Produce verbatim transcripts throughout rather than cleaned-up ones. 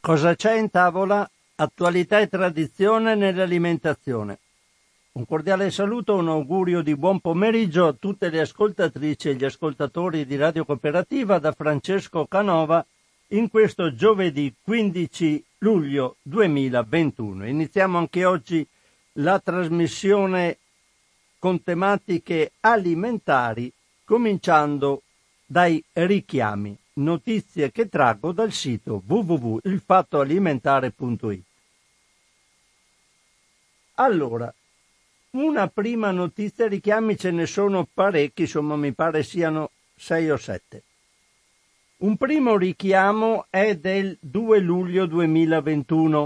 Cosa c'è in tavola? Attualità e tradizione nell'alimentazione. Un cordiale saluto, un augurio di buon pomeriggio a tutte le ascoltatrici e gli ascoltatori di Radio Cooperativa da Francesco Canova in questo giovedì quindici luglio duemilaventuno. Iniziamo anche oggi la trasmissione con tematiche alimentari, cominciando dai richiami. Notizie che traggo dal sito w w w punto il fatto alimentare punto it. Allora, una prima notizia, richiami ce ne sono parecchi, insomma mi pare siano sei o sette. Un primo richiamo è del due luglio duemilaventuno.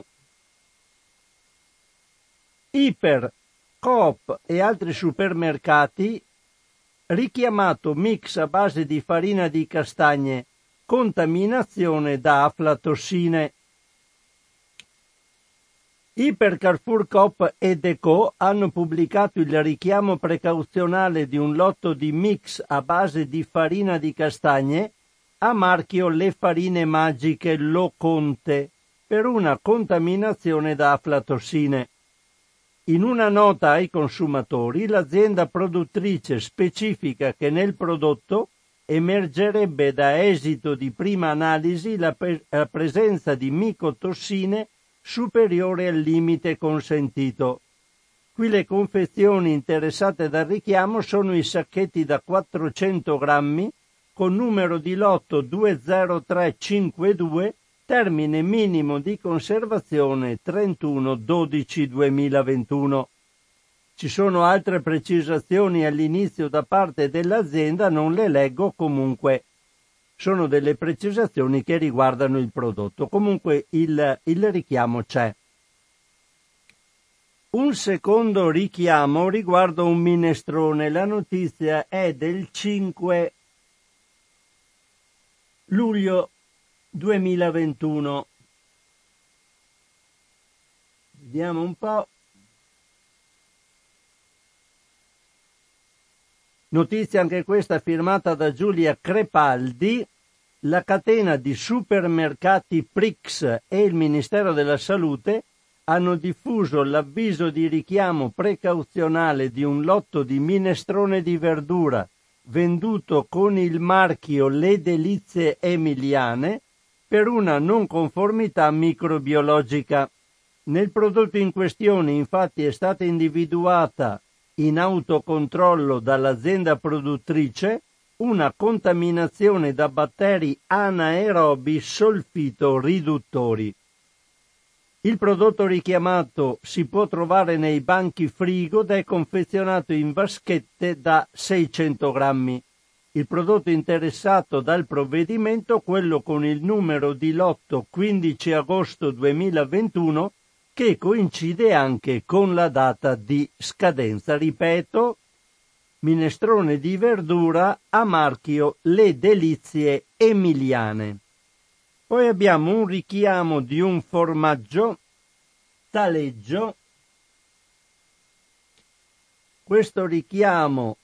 Iper, Coop e altri supermercati richiamato mix a base di farina di castagne, contaminazione da aflatossine. Iper, Carrefour, Coop e Deco hanno pubblicato il richiamo precauzionale di un lotto di mix a base di farina di castagne a marchio Le Farine Magiche Lo Conte per una contaminazione da aflatossine. In una nota ai consumatori, l'azienda produttrice specifica che nel prodotto emergerebbe da esito di prima analisi la, pre- la presenza di micotossine superiore al limite consentito. Qui le confezioni interessate dal richiamo sono i sacchetti da quattrocento grammi con numero di lotto due zero tre cinque due, termine minimo di conservazione trentuno dodici duemilaventuno. Ci sono altre precisazioni all'inizio da parte dell'azienda, non le leggo, comunque sono delle precisazioni che riguardano il prodotto. Comunque il, il richiamo c'è. Un secondo richiamo riguarda un minestrone. La notizia è del cinque luglio duemilaventuno. Vediamo un po'. Notizia anche questa firmata da Giulia Crepaldi. La catena di supermercati Prix e il Ministero della Salute hanno diffuso l'avviso di richiamo precauzionale di un lotto di minestrone di verdura venduto con il marchio Le Delizie Emiliane per una non conformità microbiologica. Nel prodotto in questione, infatti, è stata individuata in autocontrollo dall'azienda produttrice una contaminazione da batteri anaerobi solfito-riduttori. Il prodotto richiamato si può trovare nei banchi frigo ed è confezionato in vaschette da seicento grammi. Il prodotto interessato dal provvedimento, quello con il numero di lotto quindici agosto duemilaventuno, che coincide anche con la data di scadenza. Ripeto, minestrone di verdura a marchio Le Delizie Emiliane. Poi abbiamo un richiamo di un formaggio taleggio. Questo richiamo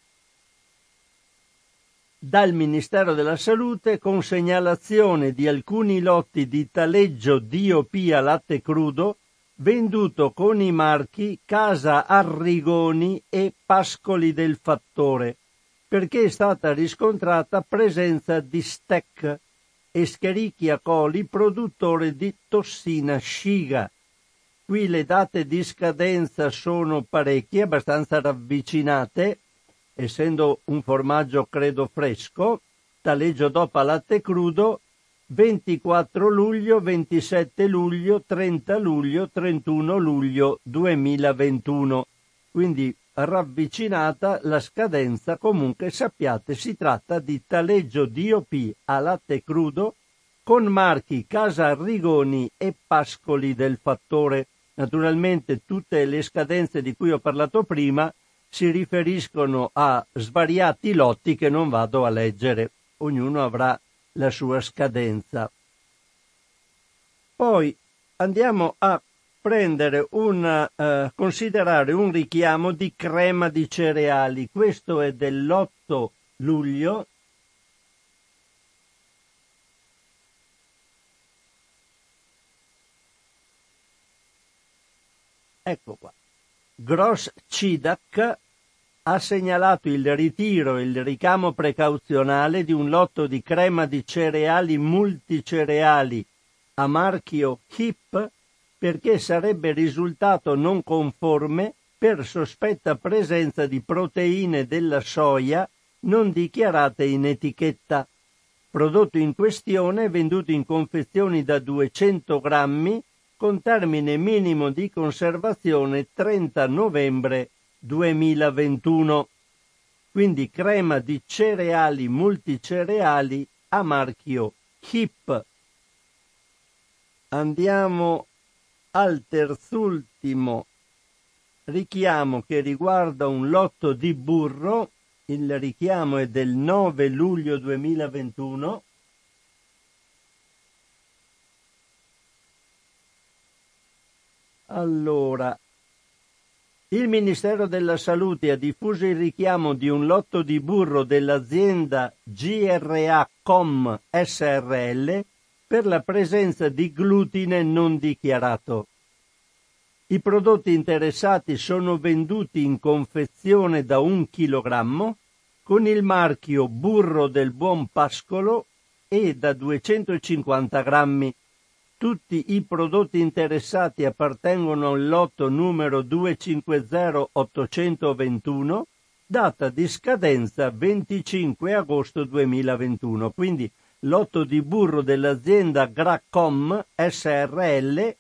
dal Ministero della Salute con segnalazione di alcuni lotti di taleggio D O P a latte crudo venduto con i marchi Casa Arrigoni e Pascoli del Fattore, perché è stata riscontrata presenza di Stec, Escherichia coli, produttore di tossina Shiga. Qui le date di scadenza sono parecchie, abbastanza ravvicinate, essendo un formaggio credo fresco, taleggio D O P a latte crudo, ventiquattro luglio, ventisette luglio, trenta luglio, trentuno luglio duemilaventuno. Quindi ravvicinata la scadenza, comunque sappiate si tratta di taleggio D O P a latte crudo con marchi Casa Arrigoni e Pascoli del Fattore. Naturalmente tutte le scadenze di cui ho parlato prima si riferiscono a svariati lotti che non vado a leggere, ognuno avrà la sua scadenza. Poi andiamo a prendere un uh, considerare un richiamo di crema di cereali. Questo è dell'otto luglio. Ecco qua. Gross Cidac ha segnalato il ritiro e il ricamo precauzionale di un lotto di crema di cereali multicereali a marchio H I P perché sarebbe risultato non conforme per sospetta presenza di proteine della soia non dichiarate in etichetta. Prodotto in questione venduto in confezioni da duecento grammi con termine minimo di conservazione trenta novembre duemilaventuno. Quindi crema di cereali multicereali a marchio H I P. Andiamo al terzultimo richiamo che riguarda un lotto di burro. Il richiamo è del nove luglio duemilaventuno. Allora, il Ministero della Salute ha diffuso il richiamo di un lotto di burro dell'azienda G R A Com S R L per la presenza di glutine non dichiarato. I prodotti interessati sono venduti in confezione da un chilogrammo con il marchio Burro del Buon Pascolo e da duecentocinquanta grammi. Tutti i prodotti interessati appartengono al lotto numero duecentocinquanta ottocentoventuno, data di scadenza venticinque agosto duemilaventuno. Quindi lotto di burro dell'azienda Gracom S R L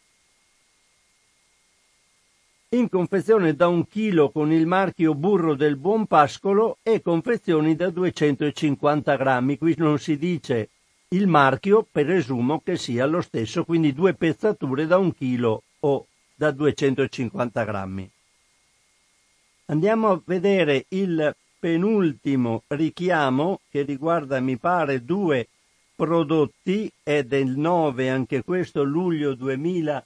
in confezione da un chilo con il marchio Burro del Buon Pascolo e confezioni da duecentocinquanta grammi. Qui non si dice il marchio, presumo che sia lo stesso, quindi due pezzature da un chilo o da duecentocinquanta grammi. Andiamo a vedere il penultimo richiamo che riguarda, mi pare, due prodotti, è del nove, anche questo luglio duemilaventuno.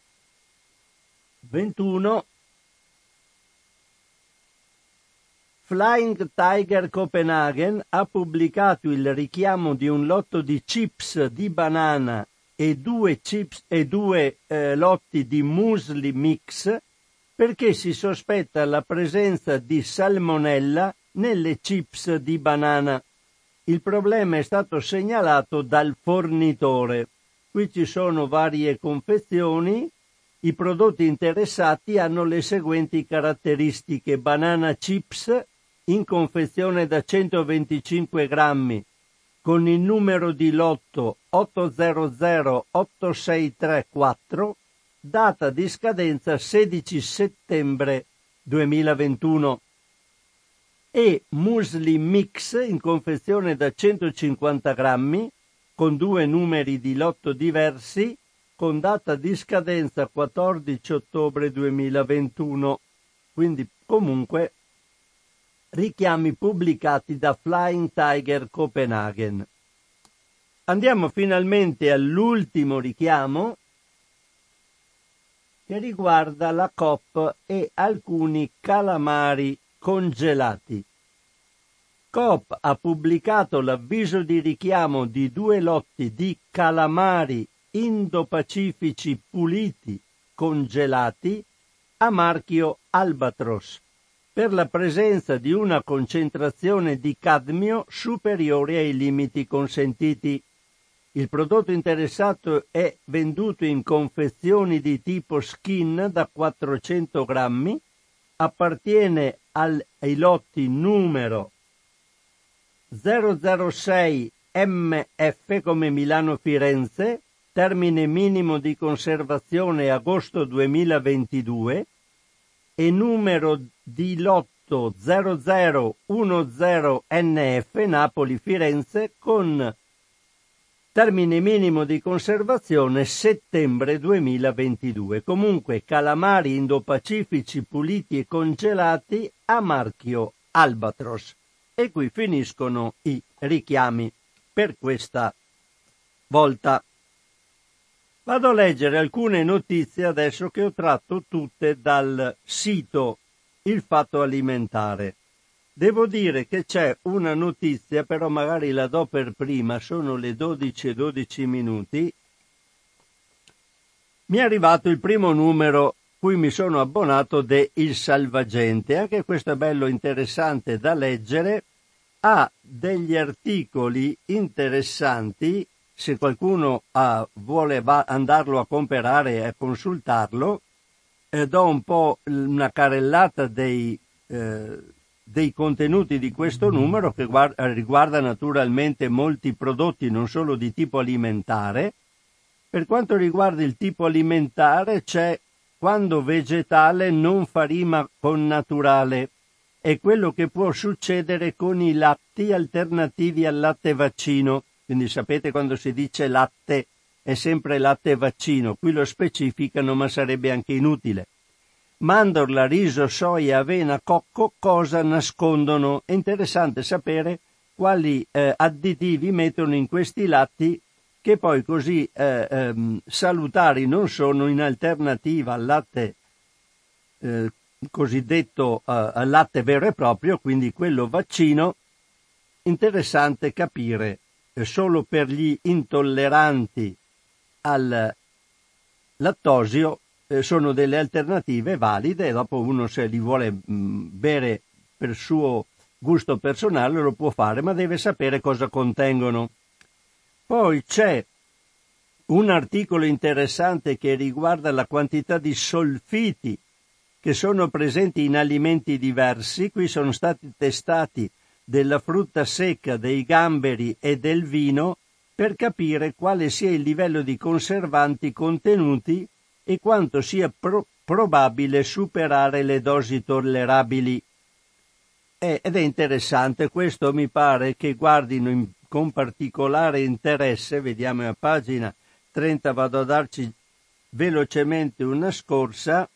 Flying Tiger Copenhagen ha pubblicato il richiamo di un lotto di chips di banana e due chips e due eh, lotti di muesli mix perché si sospetta la presenza di salmonella nelle chips di banana. Il problema è stato segnalato dal fornitore. Qui ci sono varie confezioni. I prodotti interessati hanno le seguenti caratteristiche: banana chips in confezione da centoventicinque grammi con il numero di lotto otto zero zero otto sei tre quattro, data di scadenza sedici settembre duemilaventuno, e muesli mix in confezione da centocinquanta grammi con due numeri di lotto diversi con data di scadenza quattordici ottobre duemilaventuno. Quindi comunque richiami pubblicati da Flying Tiger Copenhagen. Andiamo finalmente all'ultimo richiamo che riguarda la Coop e alcuni calamari congelati. Coop ha pubblicato l'avviso di richiamo di due lotti di calamari indo-pacifici puliti congelati a marchio Albatros per la presenza di una concentrazione di cadmio superiore ai limiti consentiti. Il prodotto interessato è venduto in confezioni di tipo skin da quattrocento grammi, appartiene al, ai lotti numero zero zero sei M F come Milano Firenze, termine minimo di conservazione agosto duemilaventidue, e numero di lotto zero zero uno zero N F Napoli Firenze con termine minimo di conservazione settembre duemilaventidue. Comunque calamari indo-pacifici puliti e congelati a marchio Albatros. E qui finiscono i richiami per questa volta. Vado a leggere alcune notizie adesso che ho tratto tutte dal sito Il Fatto Alimentare. Devo dire che c'è una notizia, però magari la do per prima, sono le dodici e dodici minuti. Mi è arrivato il primo numero cui mi sono abbonato de Il Salvagente. Anche questo è bello interessante da leggere, ha degli articoli interessanti, se qualcuno ha, vuole va, andarlo a comprare e a consultarlo. Eh, do un po' una carrellata dei, eh, dei contenuti di questo numero, che guarda, riguarda naturalmente molti prodotti, non solo di tipo alimentare. Per quanto riguarda il tipo alimentare, c'è quando vegetale non fa rima con naturale. È quello che può succedere con i latti alternativi al latte vaccino. Quindi sapete, quando si dice latte è sempre latte vaccino, qui lo specificano ma sarebbe anche inutile. Mandorla, riso, soia, avena, cocco cosa nascondono? È interessante sapere quali eh, additivi mettono in questi latti, che poi così eh, ehm, salutari non sono, in alternativa al latte eh, cosiddetto eh, al latte vero e proprio, quindi quello vaccino. Interessante capire, eh, solo per gli intolleranti al lattosio eh, sono delle alternative valide, e dopo uno, se li vuole mh, bere per suo gusto personale, lo può fare, ma deve sapere cosa contengono. Poi c'è un articolo interessante che riguarda la quantità di solfiti che sono presenti in alimenti diversi. Qui sono stati testati della frutta secca, dei gamberi e del vino, per capire quale sia il livello di conservanti contenuti e quanto sia pro- probabile superare le dosi tollerabili. Eh, ed è interessante, questo mi pare che guardino in, con particolare interesse, vediamo a pagina trenta, vado a darci velocemente una scorsa,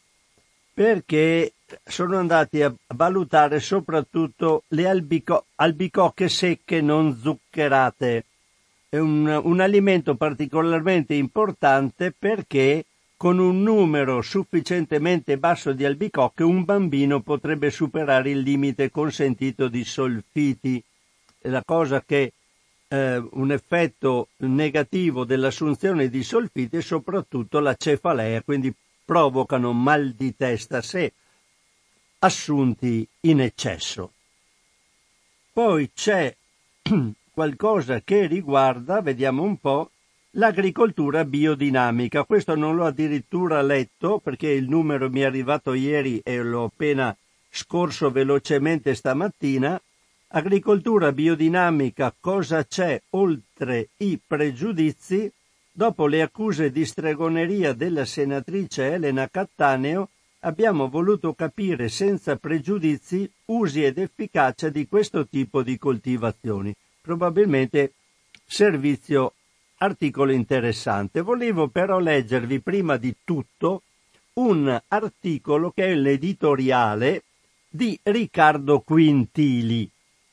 perché sono andati a valutare soprattutto le albico- albicocche secche non zuccherate. È un, un alimento particolarmente importante perché con un numero sufficientemente basso di albicocche un bambino potrebbe superare il limite consentito di solfiti. È la cosa che eh, un effetto negativo dell'assunzione di solfiti è soprattutto la cefalea, quindi provocano mal di testa se assunti in eccesso. Poi c'è qualcosa che riguarda, vediamo un po', l'agricoltura biodinamica. Questo non l'ho addirittura letto perché il numero mi è arrivato ieri e l'ho appena scorso velocemente stamattina. Agricoltura biodinamica, cosa c'è oltre i pregiudizi? Dopo le accuse di stregoneria della senatrice Elena Cattaneo, abbiamo voluto capire senza pregiudizi usi ed efficacia di questo tipo di coltivazioni. Probabilmente servizio, articolo interessante. Volevo però leggervi prima di tutto un articolo che è l'editoriale di Riccardo Quintili,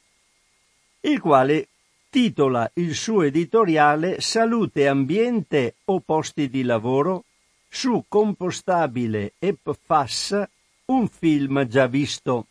il quale titola il suo editoriale Salute, ambiente o posti di lavoro? Su Compostabile e P F A S, un film già visto.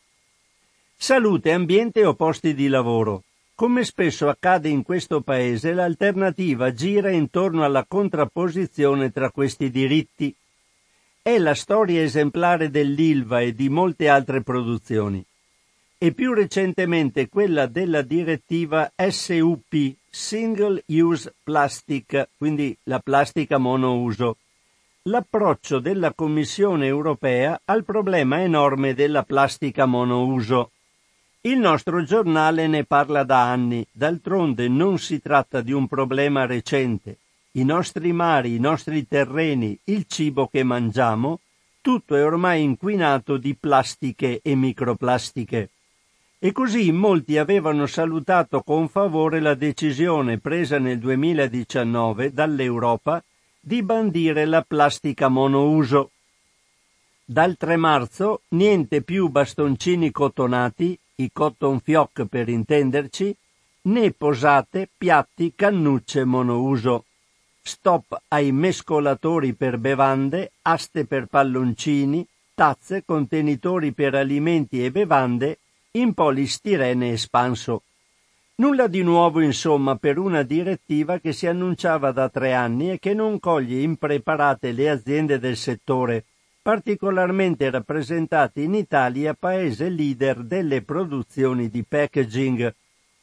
Salute, ambiente o posti di lavoro? Come spesso accade in questo paese, l'alternativa gira intorno alla contrapposizione tra questi diritti. È la storia esemplare dell'Ilva e di molte altre produzioni. E più recentemente quella della direttiva S U P, Single Use Plastic, quindi la plastica monouso. L'approccio della Commissione europea al problema enorme della plastica monouso. Il nostro giornale ne parla da anni, d'altronde non si tratta di un problema recente. I nostri mari, i nostri terreni, il cibo che mangiamo, tutto è ormai inquinato di plastiche e microplastiche. E così molti avevano salutato con favore la decisione presa nel duemiladiciannove dall'Europa di bandire la plastica monouso. Dal tre marzo niente più bastoncini cotonati, i cotton fioc per intenderci, né posate, piatti, cannucce monouso. Stop ai mescolatori per bevande, aste per palloncini, tazze, contenitori per alimenti e bevande in polistirene espanso. Nulla di nuovo, insomma, per una direttiva che si annunciava da tre anni e che non coglie impreparate le aziende del settore, particolarmente rappresentati in Italia, paese leader delle produzioni di packaging.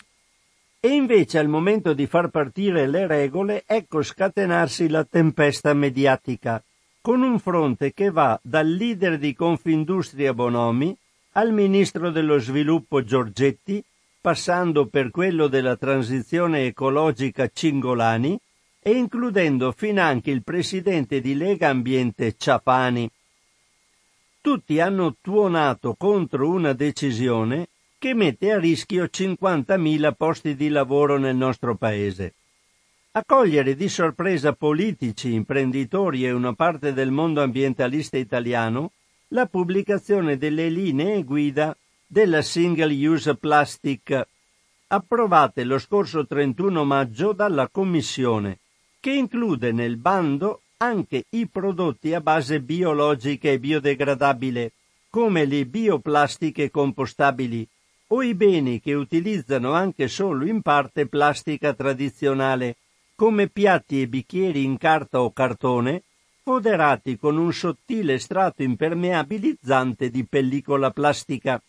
E invece al momento di far partire le regole, ecco scatenarsi la tempesta mediatica, con un fronte che va dal leader di Confindustria Bonomi al ministro dello sviluppo Giorgetti, passando per quello della transizione ecologica Cingolani e includendo finanche il presidente di Lega Ambiente Ciapani. Tutti hanno tuonato contro una decisione che mette a rischio cinquantamila posti di lavoro nel nostro paese. A cogliere di sorpresa politici, imprenditori e una parte del mondo ambientalista italiano la pubblicazione delle linee guida della Single Use Plastic, approvate lo scorso trentuno maggio dalla Commissione, che include nel bando anche i prodotti a base biologica e biodegradabile, come le bioplastiche compostabili, o i beni che utilizzano anche solo in parte plastica tradizionale, come piatti e bicchieri in carta o cartone, foderati con un sottile strato impermeabilizzante di pellicola plastica.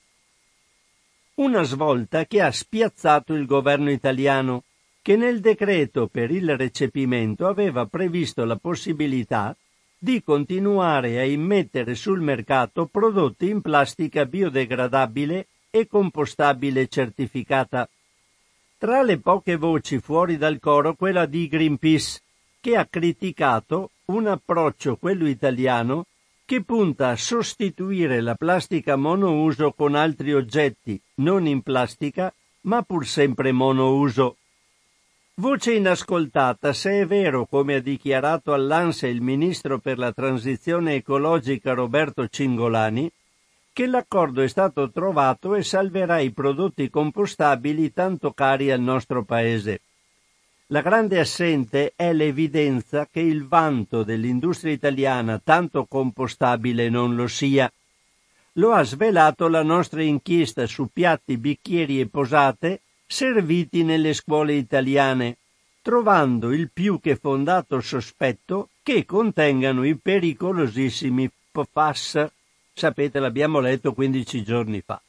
Una svolta che ha spiazzato il governo italiano, che nel decreto per il recepimento aveva previsto la possibilità di continuare a immettere sul mercato prodotti in plastica biodegradabile e compostabile certificata. Tra le poche voci fuori dal coro quella di Greenpeace, che ha criticato un approccio, quello italiano, che punta a sostituire la plastica monouso con altri oggetti, non in plastica, ma pur sempre monouso. Voce inascoltata, se è vero, come ha dichiarato all'ANSA il ministro per la transizione ecologica Roberto Cingolani, che l'accordo è stato trovato e salverà i prodotti compostabili tanto cari al nostro paese. La grande assente è l'evidenza che il vanto dell'industria italiana tanto compostabile non lo sia. Lo ha svelato la nostra inchiesta su piatti, bicchieri e posate serviti nelle scuole italiane, trovando il più che fondato sospetto che contengano i pericolosissimi P F A S. Sapete, l'abbiamo letto quindici giorni fa.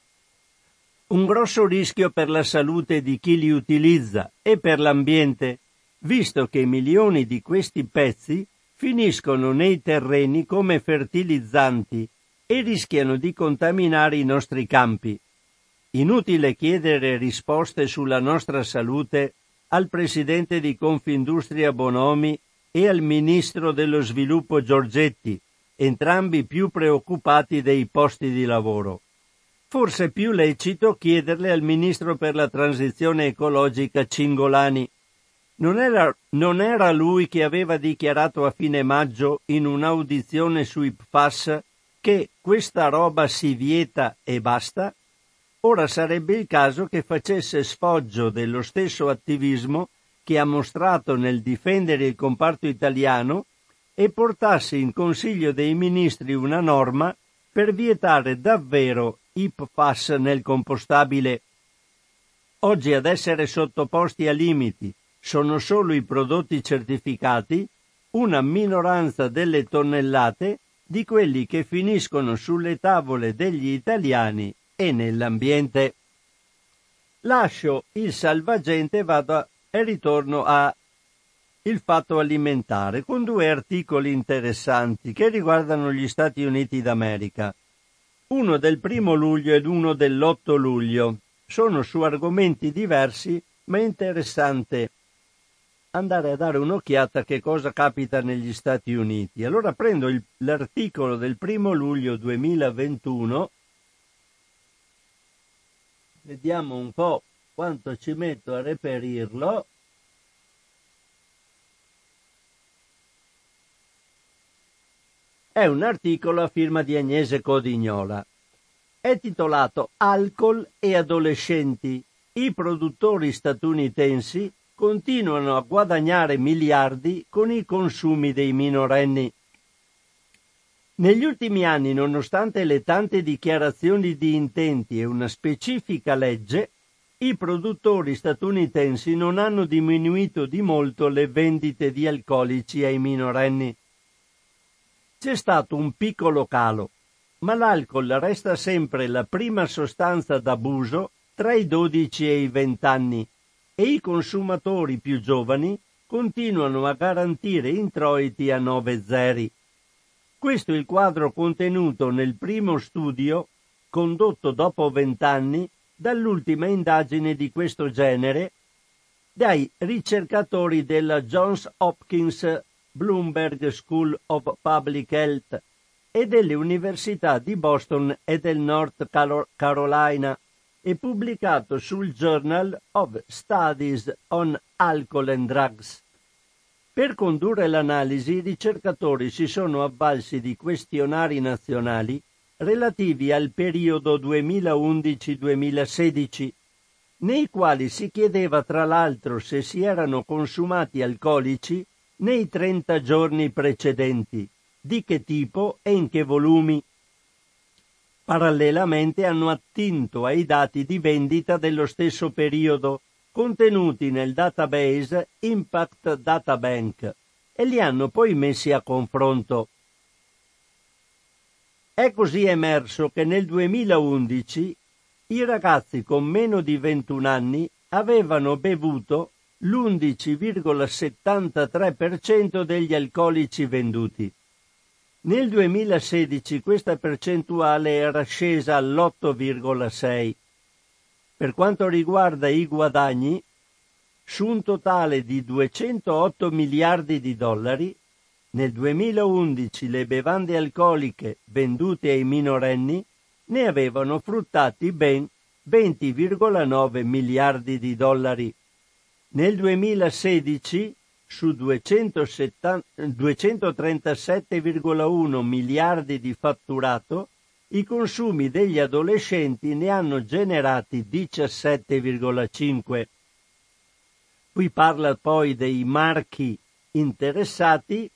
Un grosso rischio per la salute di chi li utilizza e per l'ambiente, visto che milioni di questi pezzi finiscono nei terreni come fertilizzanti e rischiano di contaminare i nostri campi. Inutile chiedere risposte sulla nostra salute al presidente di Confindustria Bonomi e al ministro dello sviluppo Giorgetti, entrambi più preoccupati dei posti di lavoro. Forse più lecito chiederle al ministro per la transizione ecologica Cingolani. Non era, non era lui che aveva dichiarato a fine maggio in un'audizione sui P F A S che questa roba si vieta e basta? Ora sarebbe il caso che facesse sfoggio dello stesso attivismo che ha mostrato nel difendere il comparto italiano e portasse in Consiglio dei Ministri una norma per vietare davvero i P F A S nel compostabile. Oggi ad essere sottoposti a limiti sono solo i prodotti certificati, una minoranza delle tonnellate di quelli che finiscono sulle tavole degli italiani e nell'ambiente. Lascio il salvagente e vado e ritorno a Il Fatto Alimentare con due articoli interessanti che riguardano gli Stati Uniti d'America. Uno del primo luglio ed uno dell'otto luglio. Sono su argomenti diversi, ma è interessante andare a dare un'occhiata a che cosa capita negli Stati Uniti. Allora prendo il, l'articolo del primo luglio duemilaventuno. Vediamo un po' quanto ci metto a reperirlo. È un articolo a firma di Agnese Codignola. È titolato Alcol e adolescenti. I produttori statunitensi continuano a guadagnare miliardi con i consumi dei minorenni. Negli ultimi anni, nonostante le tante dichiarazioni di intenti e una specifica legge, i produttori statunitensi non hanno diminuito di molto le vendite di alcolici ai minorenni. c'è stato un piccolo calo, ma l'alcol resta sempre la prima sostanza d'abuso tra i dodici e i venti anni e i consumatori più giovani continuano a garantire introiti a nove zeri. Questo è il quadro contenuto nel primo studio condotto dopo vent'anni dall'ultima indagine di questo genere dai ricercatori della Johns Hopkins Bloomberg School of Public Health e delle università di Boston e del North Carolina e pubblicato sul Journal of Studies on Alcohol and Drugs. Per condurre l'analisi, i ricercatori si sono avvalsi di questionari nazionali relativi al periodo duemilaundici duemilasedici, nei quali si chiedeva tra l'altro se si erano consumati alcolici nei trenta giorni precedenti, di che tipo e in che volumi. Parallelamente hanno attinto ai dati di vendita dello stesso periodo, contenuti nel database Impact Databank, e li hanno poi messi a confronto. È così emerso che nel duemilaundici i ragazzi con meno di ventuno anni avevano bevuto l'undici virgola settantatré per cento degli alcolici venduti. Nel duemilasedici questa percentuale era scesa all'otto virgola sei. Per quanto riguarda i guadagni, su un totale di duecentootto miliardi di dollari, nel duemilaundici le bevande alcoliche vendute ai minorenni ne avevano fruttati ben venti virgola nove miliardi di dollari. Nel duemilasedici, su duecentotrentasette virgola uno miliardi di fatturato, i consumi degli adolescenti ne hanno generati diciassette virgola cinque. Qui parla poi dei marchi interessati.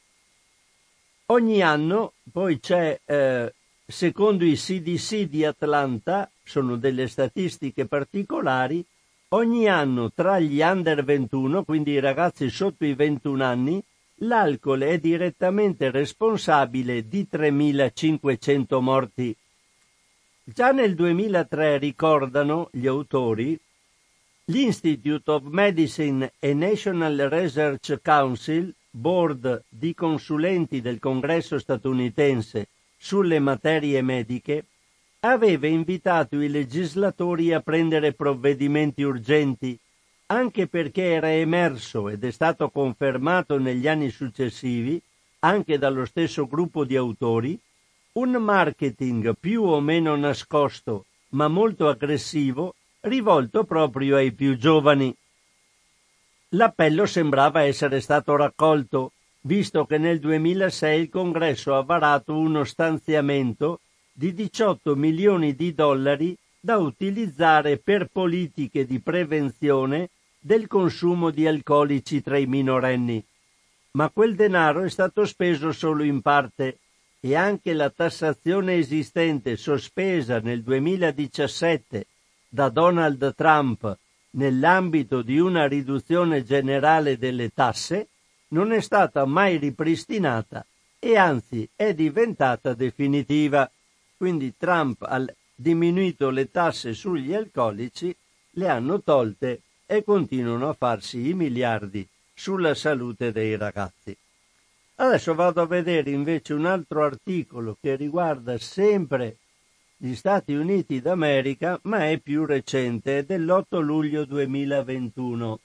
Ogni anno poi c'è, eh, secondo i C D C di Atlanta, sono delle statistiche particolari, ogni anno tra gli under ventuno, quindi i ragazzi sotto i ventuno anni, l'alcol è direttamente responsabile di tremilacinquecento morti. Già nel duemilatré, ricordano gli autori, l'Institute of Medicine e National Research Council, board di consulenti del Congresso statunitense sulle materie mediche, aveva invitato i legislatori a prendere provvedimenti urgenti, anche perché era emerso ed è stato confermato negli anni successivi, anche dallo stesso gruppo di autori, un marketing più o meno nascosto, ma molto aggressivo, rivolto proprio ai più giovani. L'appello sembrava essere stato raccolto, visto che nel duemilasei il Congresso ha varato uno stanziamento di diciotto milioni di dollari da utilizzare per politiche di prevenzione del consumo di alcolici tra i minorenni. Ma quel denaro è stato speso solo in parte e anche la tassazione esistente sospesa nel duemiladiciassette da Donald Trump nell'ambito di una riduzione generale delle tasse non è stata mai ripristinata e anzi è diventata definitiva. Quindi Trump ha diminuito le tasse sugli alcolici, le hanno tolte e continuano a farsi i miliardi sulla salute dei ragazzi. Adesso vado a vedere invece un altro articolo che riguarda sempre gli Stati Uniti d'America, ma è più recente, è dell'otto luglio duemilaventuno.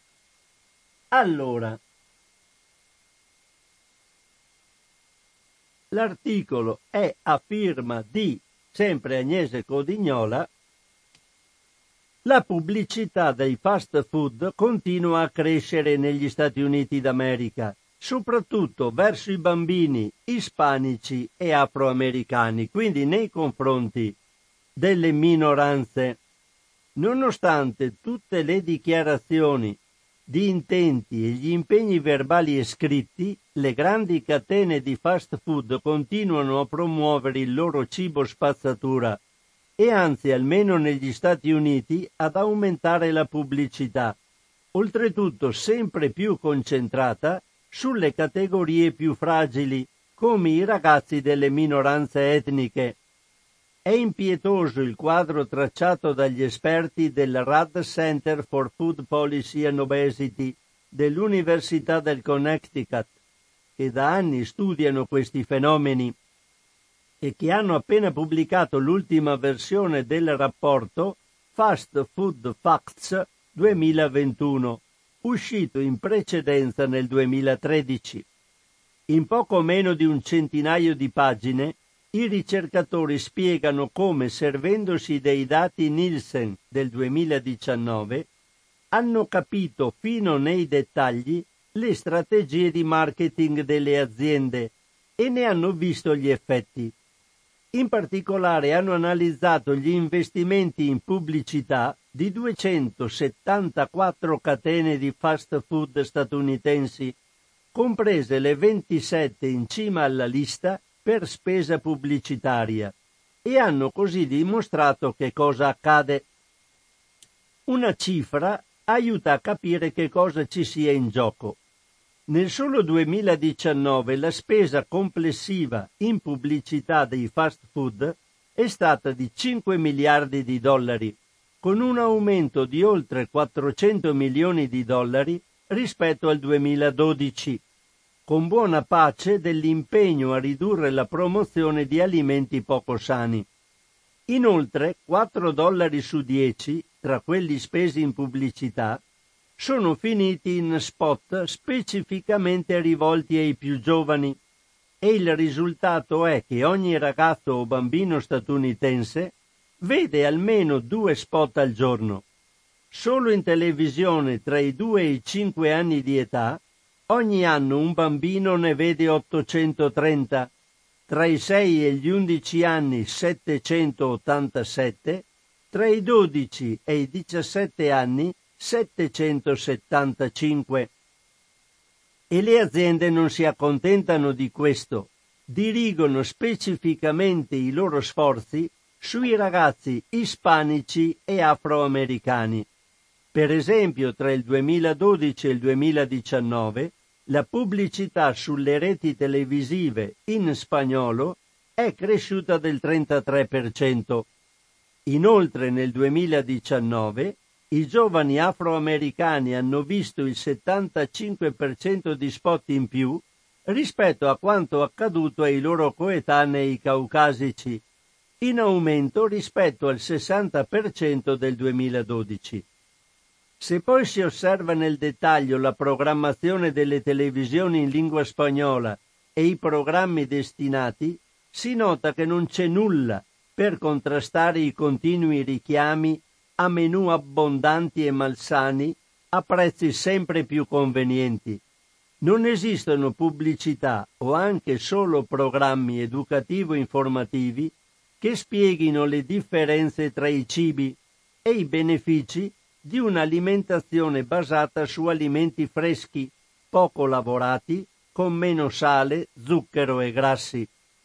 Allora, l'articolo è a firma di, sempre Agnese Codignola. La pubblicità dei fast food continua a crescere negli Stati Uniti d'America, soprattutto verso i bambini ispanici e afroamericani, quindi nei confronti delle minoranze. Nonostante tutte le dichiarazioni di intenti e gli impegni verbali e scritti, le grandi catene di fast food continuano a promuovere il loro cibo spazzatura e anzi, almeno negli Stati Uniti, ad aumentare la pubblicità, oltretutto sempre più concentrata sulle categorie più fragili, come i ragazzi delle minoranze etniche. È impietoso il quadro tracciato dagli esperti del Rudd Center for Food Policy and Obesity dell'Università del Connecticut, che da anni studiano questi fenomeni e che hanno appena pubblicato l'ultima versione del rapporto Fast Food Facts duemilaventuno, uscito in precedenza nel duemilatredici. In poco meno di un centinaio di pagine, i ricercatori spiegano come, servendosi dei dati Nielsen del duemiladiciannove, hanno capito fino nei dettagli le strategie di marketing delle aziende e ne hanno visto gli effetti. In particolare hanno analizzato gli investimenti in pubblicità di duecentosettantaquattro catene di fast food statunitensi, comprese le ventisette in cima alla lista per spesa pubblicitaria, e hanno così dimostrato che cosa accade. Una cifra aiuta a capire che cosa ci sia in gioco. Nel solo duemiladiciannove la spesa complessiva in pubblicità dei fast food è stata di cinque miliardi di dollari, con un aumento di oltre quattrocento milioni di dollari rispetto al duemiladodici, con buona pace dell'impegno a ridurre la promozione di alimenti poco sani. Inoltre, quattro dollari su dieci, tra quelli spesi in pubblicità, sono finiti in spot specificamente rivolti ai più giovani, e il risultato è che ogni ragazzo o bambino statunitense vede almeno due spot al giorno. Solo in televisione tra i due e i cinque anni di età ogni anno un bambino ne vede ottocentotrenta, tra i sei e gli undici anni settecentottantasette, tra i dodici e i diciassette anni settecentosettantacinque. E le aziende non si accontentano di questo, dirigono specificamente i loro sforzi sui ragazzi ispanici e afroamericani. Per esempio, tra il duemiladodici e il duemiladiciannove, la pubblicità sulle reti televisive in spagnolo è cresciuta del trentatré per cento. Inoltre, nel duemiladiciannove, i giovani afroamericani hanno visto il settantacinque per cento di spot in più rispetto a quanto accaduto ai loro coetanei caucasici, in aumento rispetto al sessanta per cento del duemiladodici. Se poi si osserva nel dettaglio la programmazione delle televisioni in lingua spagnola e i programmi destinati, si nota che non c'è nulla per contrastare i continui richiami a menù abbondanti e malsani a prezzi sempre più convenienti. Non esistono pubblicità o anche solo programmi educativo-informativi che spieghino le differenze tra i cibi e i benefici di un'alimentazione basata su alimenti freschi, poco lavorati, con meno sale, zucchero e grassi.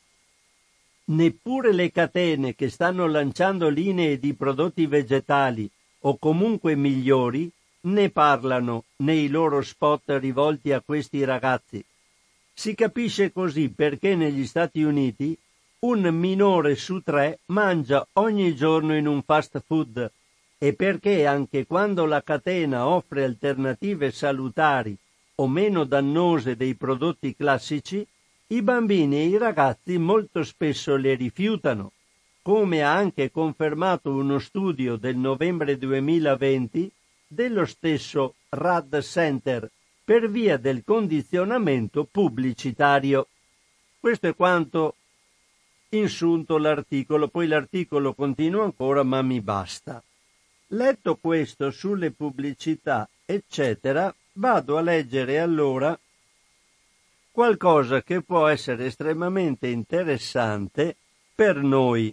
Neppure le catene che stanno lanciando linee di prodotti vegetali o comunque migliori ne parlano nei loro spot rivolti a questi ragazzi. Si capisce così perché negli Stati Uniti un minore su tre mangia ogni giorno in un fast food, e perché anche quando la catena offre alternative salutari o meno dannose dei prodotti classici, i bambini e i ragazzi molto spesso le rifiutano, come ha anche confermato uno studio del novembre duemilaventi dello stesso Rudd Center, per via del condizionamento pubblicitario. Questo è quanto insunto l'articolo, poi l'articolo continua ancora, ma mi basta. Letto questo sulle pubblicità, eccetera, vado a leggere allora qualcosa che può essere estremamente interessante per noi.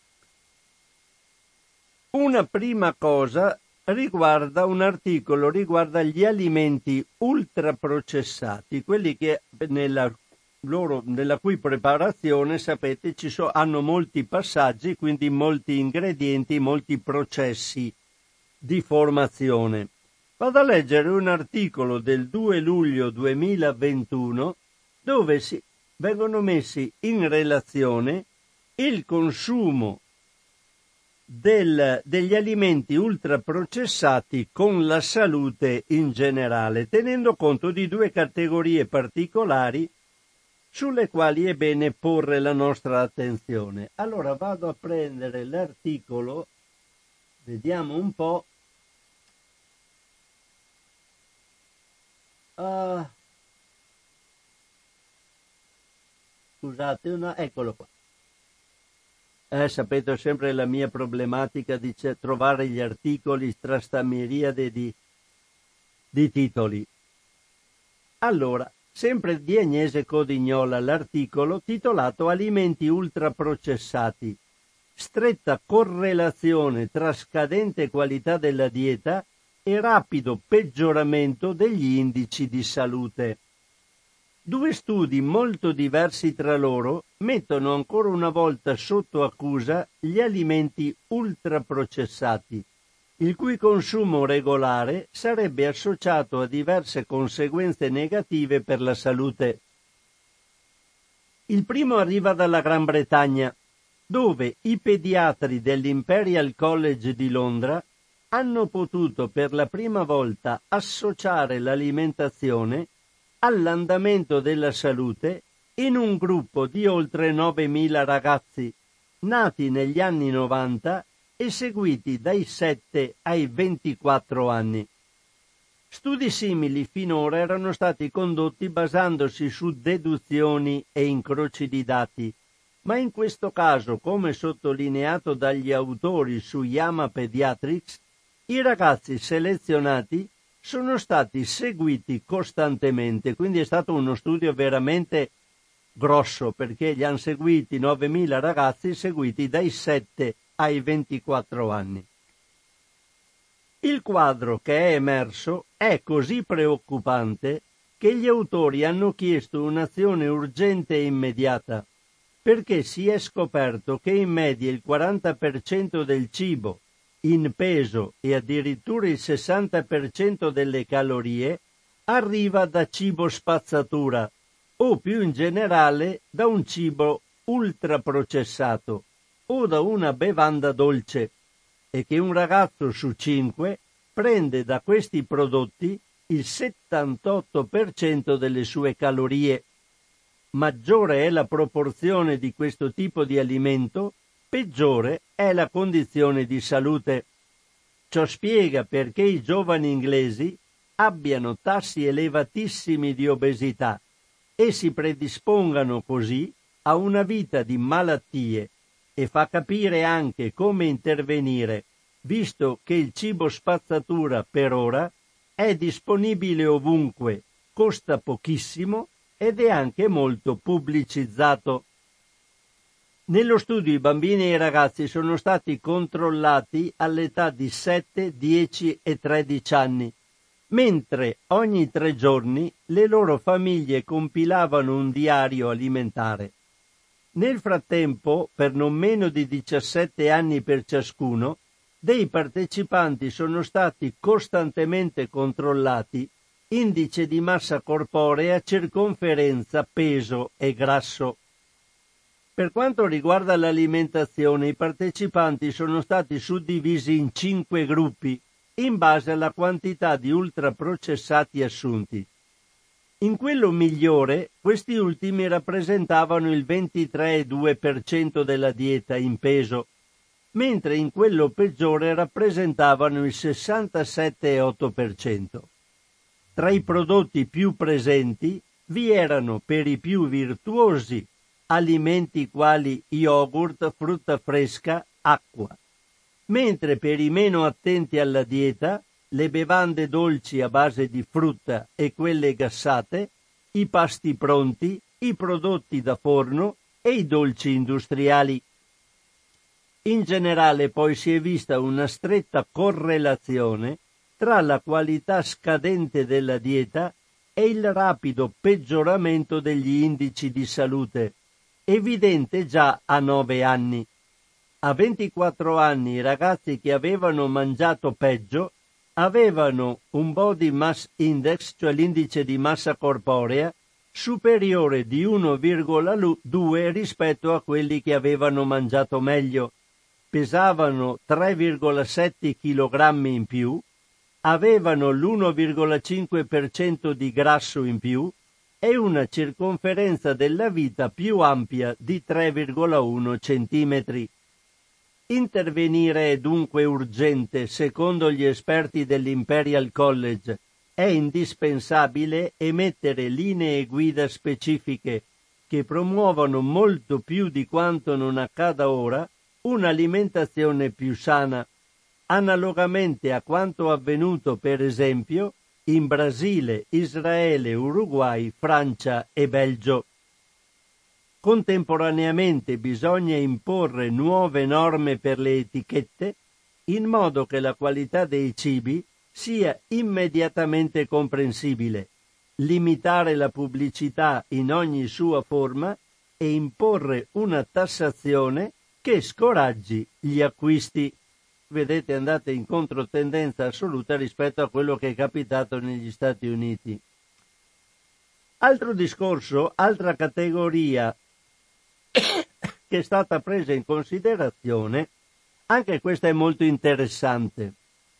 Una prima cosa riguarda un articolo riguarda gli alimenti ultraprocessati, quelli che nella loro nella cui preparazione, sapete, ci so, hanno molti passaggi, quindi molti ingredienti, molti processi di formazione. Vado a leggere un articolo del due luglio duemilaventuno dove si vengono messi in relazione il consumo del, degli alimenti ultraprocessati con la salute in generale, tenendo conto di due categorie particolari sulle quali è bene porre la nostra attenzione. Allora vado a prendere l'articolo, vediamo un po'. Uh, scusate, una, eccolo qua. Eh, sapete sempre la mia problematica di c- trovare gli articoli tra sta miriade di, di titoli. Allora, sempre di Agnese Codignola l'articolo titolato Alimenti ultraprocessati. Stretta correlazione tra scadente qualità della dieta e rapido peggioramento degli indici di salute. Due studi molto diversi tra loro mettono ancora una volta sotto accusa gli alimenti ultraprocessati, il cui consumo regolare sarebbe associato a diverse conseguenze negative per la salute. Il primo arriva dalla Gran Bretagna, dove i pediatri dell'Imperial College di Londra hanno potuto per la prima volta associare l'alimentazione all'andamento della salute in un gruppo di oltre novemila ragazzi nati negli anni novanta e seguiti dai sette ai ventiquattro anni. Studi simili finora erano stati condotti basandosi su deduzioni e incroci di dati, ma in questo caso, come sottolineato dagli autori su Yama Pediatrics, i ragazzi selezionati sono stati seguiti costantemente, quindi è stato uno studio veramente grosso, perché li hanno seguiti novemila ragazzi seguiti dai sette ai ventiquattro anni. Il quadro che è emerso è così preoccupante che gli autori hanno chiesto un'azione urgente e immediata, perché si è scoperto che in media il quaranta per cento del cibo in peso e addirittura il sessanta per cento delle calorie arriva da cibo spazzatura o più in generale da un cibo ultraprocessato o da una bevanda dolce, e che un ragazzo su cinque prende da questi prodotti il settantotto per cento delle sue calorie. Maggiore è la proporzione di questo tipo di alimento, peggiore è la condizione di salute. Ciò spiega perché i giovani inglesi abbiano tassi elevatissimi di obesità e si predispongano così a una vita di malattie, e fa capire anche come intervenire, visto che il cibo spazzatura per ora è disponibile ovunque, costa pochissimo ed è anche molto pubblicizzato. Nello studio i bambini e i ragazzi sono stati controllati all'età di sette, dieci e tredici anni, mentre ogni tre giorni le loro famiglie compilavano un diario alimentare. Nel frattempo, per non meno di diciassette anni per ciascuno, dei partecipanti sono stati costantemente controllati indice di massa corporea, circonferenza, peso e grasso. Per quanto riguarda l'alimentazione, i partecipanti sono stati suddivisi in cinque gruppi, in base alla quantità di ultraprocessati assunti. In quello migliore, questi ultimi rappresentavano il ventitré virgola due per cento della dieta in peso, mentre in quello peggiore rappresentavano il sessantasette virgola otto per cento. Tra i prodotti più presenti vi erano, per i più virtuosi, alimenti quali yogurt, frutta fresca, acqua, mentre per i meno attenti alla dieta, le bevande dolci a base di frutta e quelle gassate, i pasti pronti, i prodotti da forno e i dolci industriali. In generale poi si è vista una stretta correlazione tra la qualità scadente della dieta e il rapido peggioramento degli indici di salute, evidente già a nove anni. A ventiquattro anni i ragazzi che avevano mangiato peggio avevano un body mass index, cioè l'indice di massa corporea, superiore di uno virgola due rispetto a quelli che avevano mangiato meglio. Pesavano tre virgola sette chilogrammi in più, avevano l'uno virgola cinque per cento di grasso in più e una circonferenza della vita più ampia di tre virgola uno centimetri. Intervenire è dunque urgente, secondo gli esperti dell'Imperial College. È indispensabile emettere linee guida specifiche che promuovano molto più di quanto non accada ora un'alimentazione più sana, analogamente a quanto avvenuto per esempio in Brasile, Israele, Uruguay, Francia e Belgio. Contemporaneamente bisogna imporre nuove norme per le etichette in modo che la qualità dei cibi sia immediatamente comprensibile, limitare la pubblicità in ogni sua forma e imporre una tassazione che scoraggi gli acquisti. Vedete, andate in controtendenza assoluta rispetto a quello che è capitato negli Stati Uniti. Altro discorso, altra categoria che è stata presa in considerazione, anche questa è molto interessante.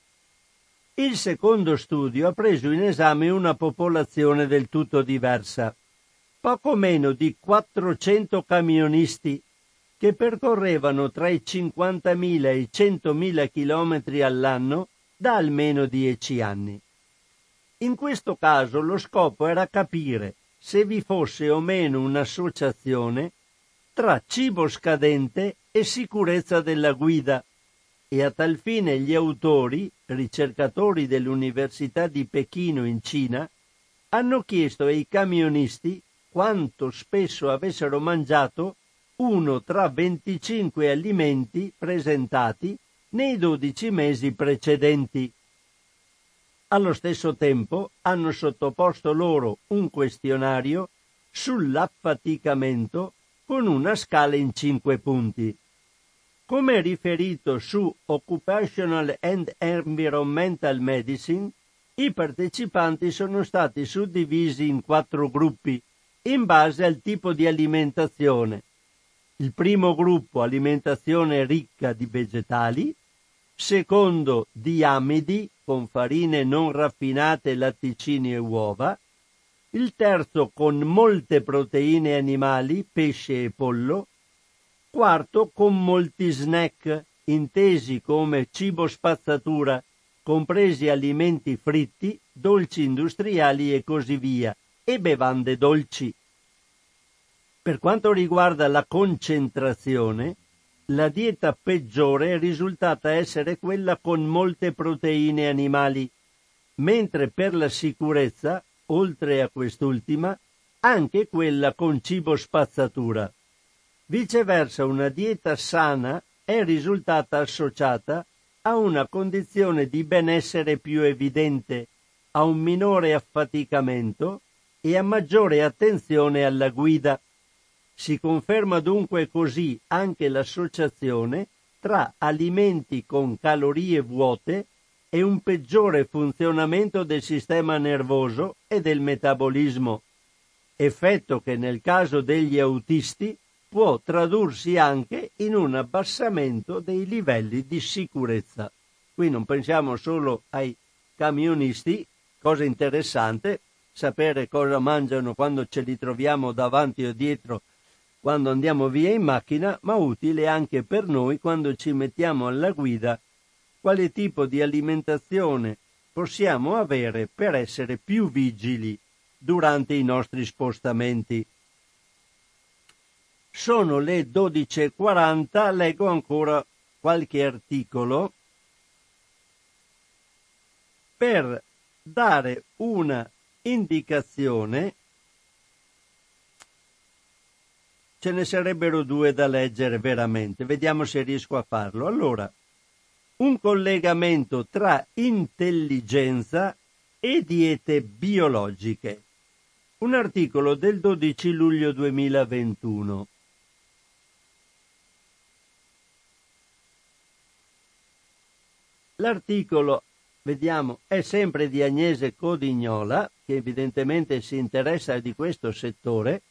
Il secondo studio ha preso in esame una popolazione del tutto diversa, poco meno di quattrocento camionisti che percorrevano tra i cinquantamila e i centomila chilometri all'anno da almeno dieci anni. In questo caso lo scopo era capire se vi fosse o meno un'associazione tra cibo scadente e sicurezza della guida, e a tal fine gli autori, ricercatori dell'Università di Pechino in Cina, hanno chiesto ai camionisti quanto spesso avessero mangiato uno tra venticinque alimenti presentati nei dodici mesi precedenti. Allo stesso tempo hanno sottoposto loro un questionario sull'affaticamento con una scala in cinque punti. Come riferito su Occupational and Environmental Medicine, i partecipanti sono stati suddivisi in quattro gruppi in base al tipo di alimentazione. Il primo gruppo, alimentazione ricca di vegetali, secondo di amidi con farine non raffinate, latticini e uova, il terzo con molte proteine animali, pesce e pollo, quarto con molti snack, intesi come cibo spazzatura, compresi alimenti fritti, dolci industriali e così via, e bevande dolci. Per quanto riguarda la concentrazione, la dieta peggiore è risultata essere quella con molte proteine animali, mentre per la sicurezza, oltre a quest'ultima, anche quella con cibo spazzatura. Viceversa, una dieta sana è risultata associata a una condizione di benessere più evidente, a un minore affaticamento e a maggiore attenzione alla guida. Si conferma dunque così anche l'associazione tra alimenti con calorie vuote e un peggiore funzionamento del sistema nervoso e del metabolismo, effetto che nel caso degli autisti può tradursi anche in un abbassamento dei livelli di sicurezza. Qui non pensiamo solo ai camionisti, cosa interessante sapere cosa mangiano quando ce li troviamo davanti o dietro quando andiamo via in macchina, ma utile anche per noi quando ci mettiamo alla guida, quale tipo di alimentazione possiamo avere per essere più vigili durante i nostri spostamenti. Sono le dodici e quaranta, leggo ancora qualche articolo per dare una indicazione. Ce ne sarebbero due da leggere veramente, vediamo se riesco a farlo. Allora, un collegamento tra intelligenza e diete biologiche. Un articolo del dodici luglio duemilaventuno. L'articolo vediamo, è sempre di Agnese Codignola, che evidentemente si interessa di questo settore.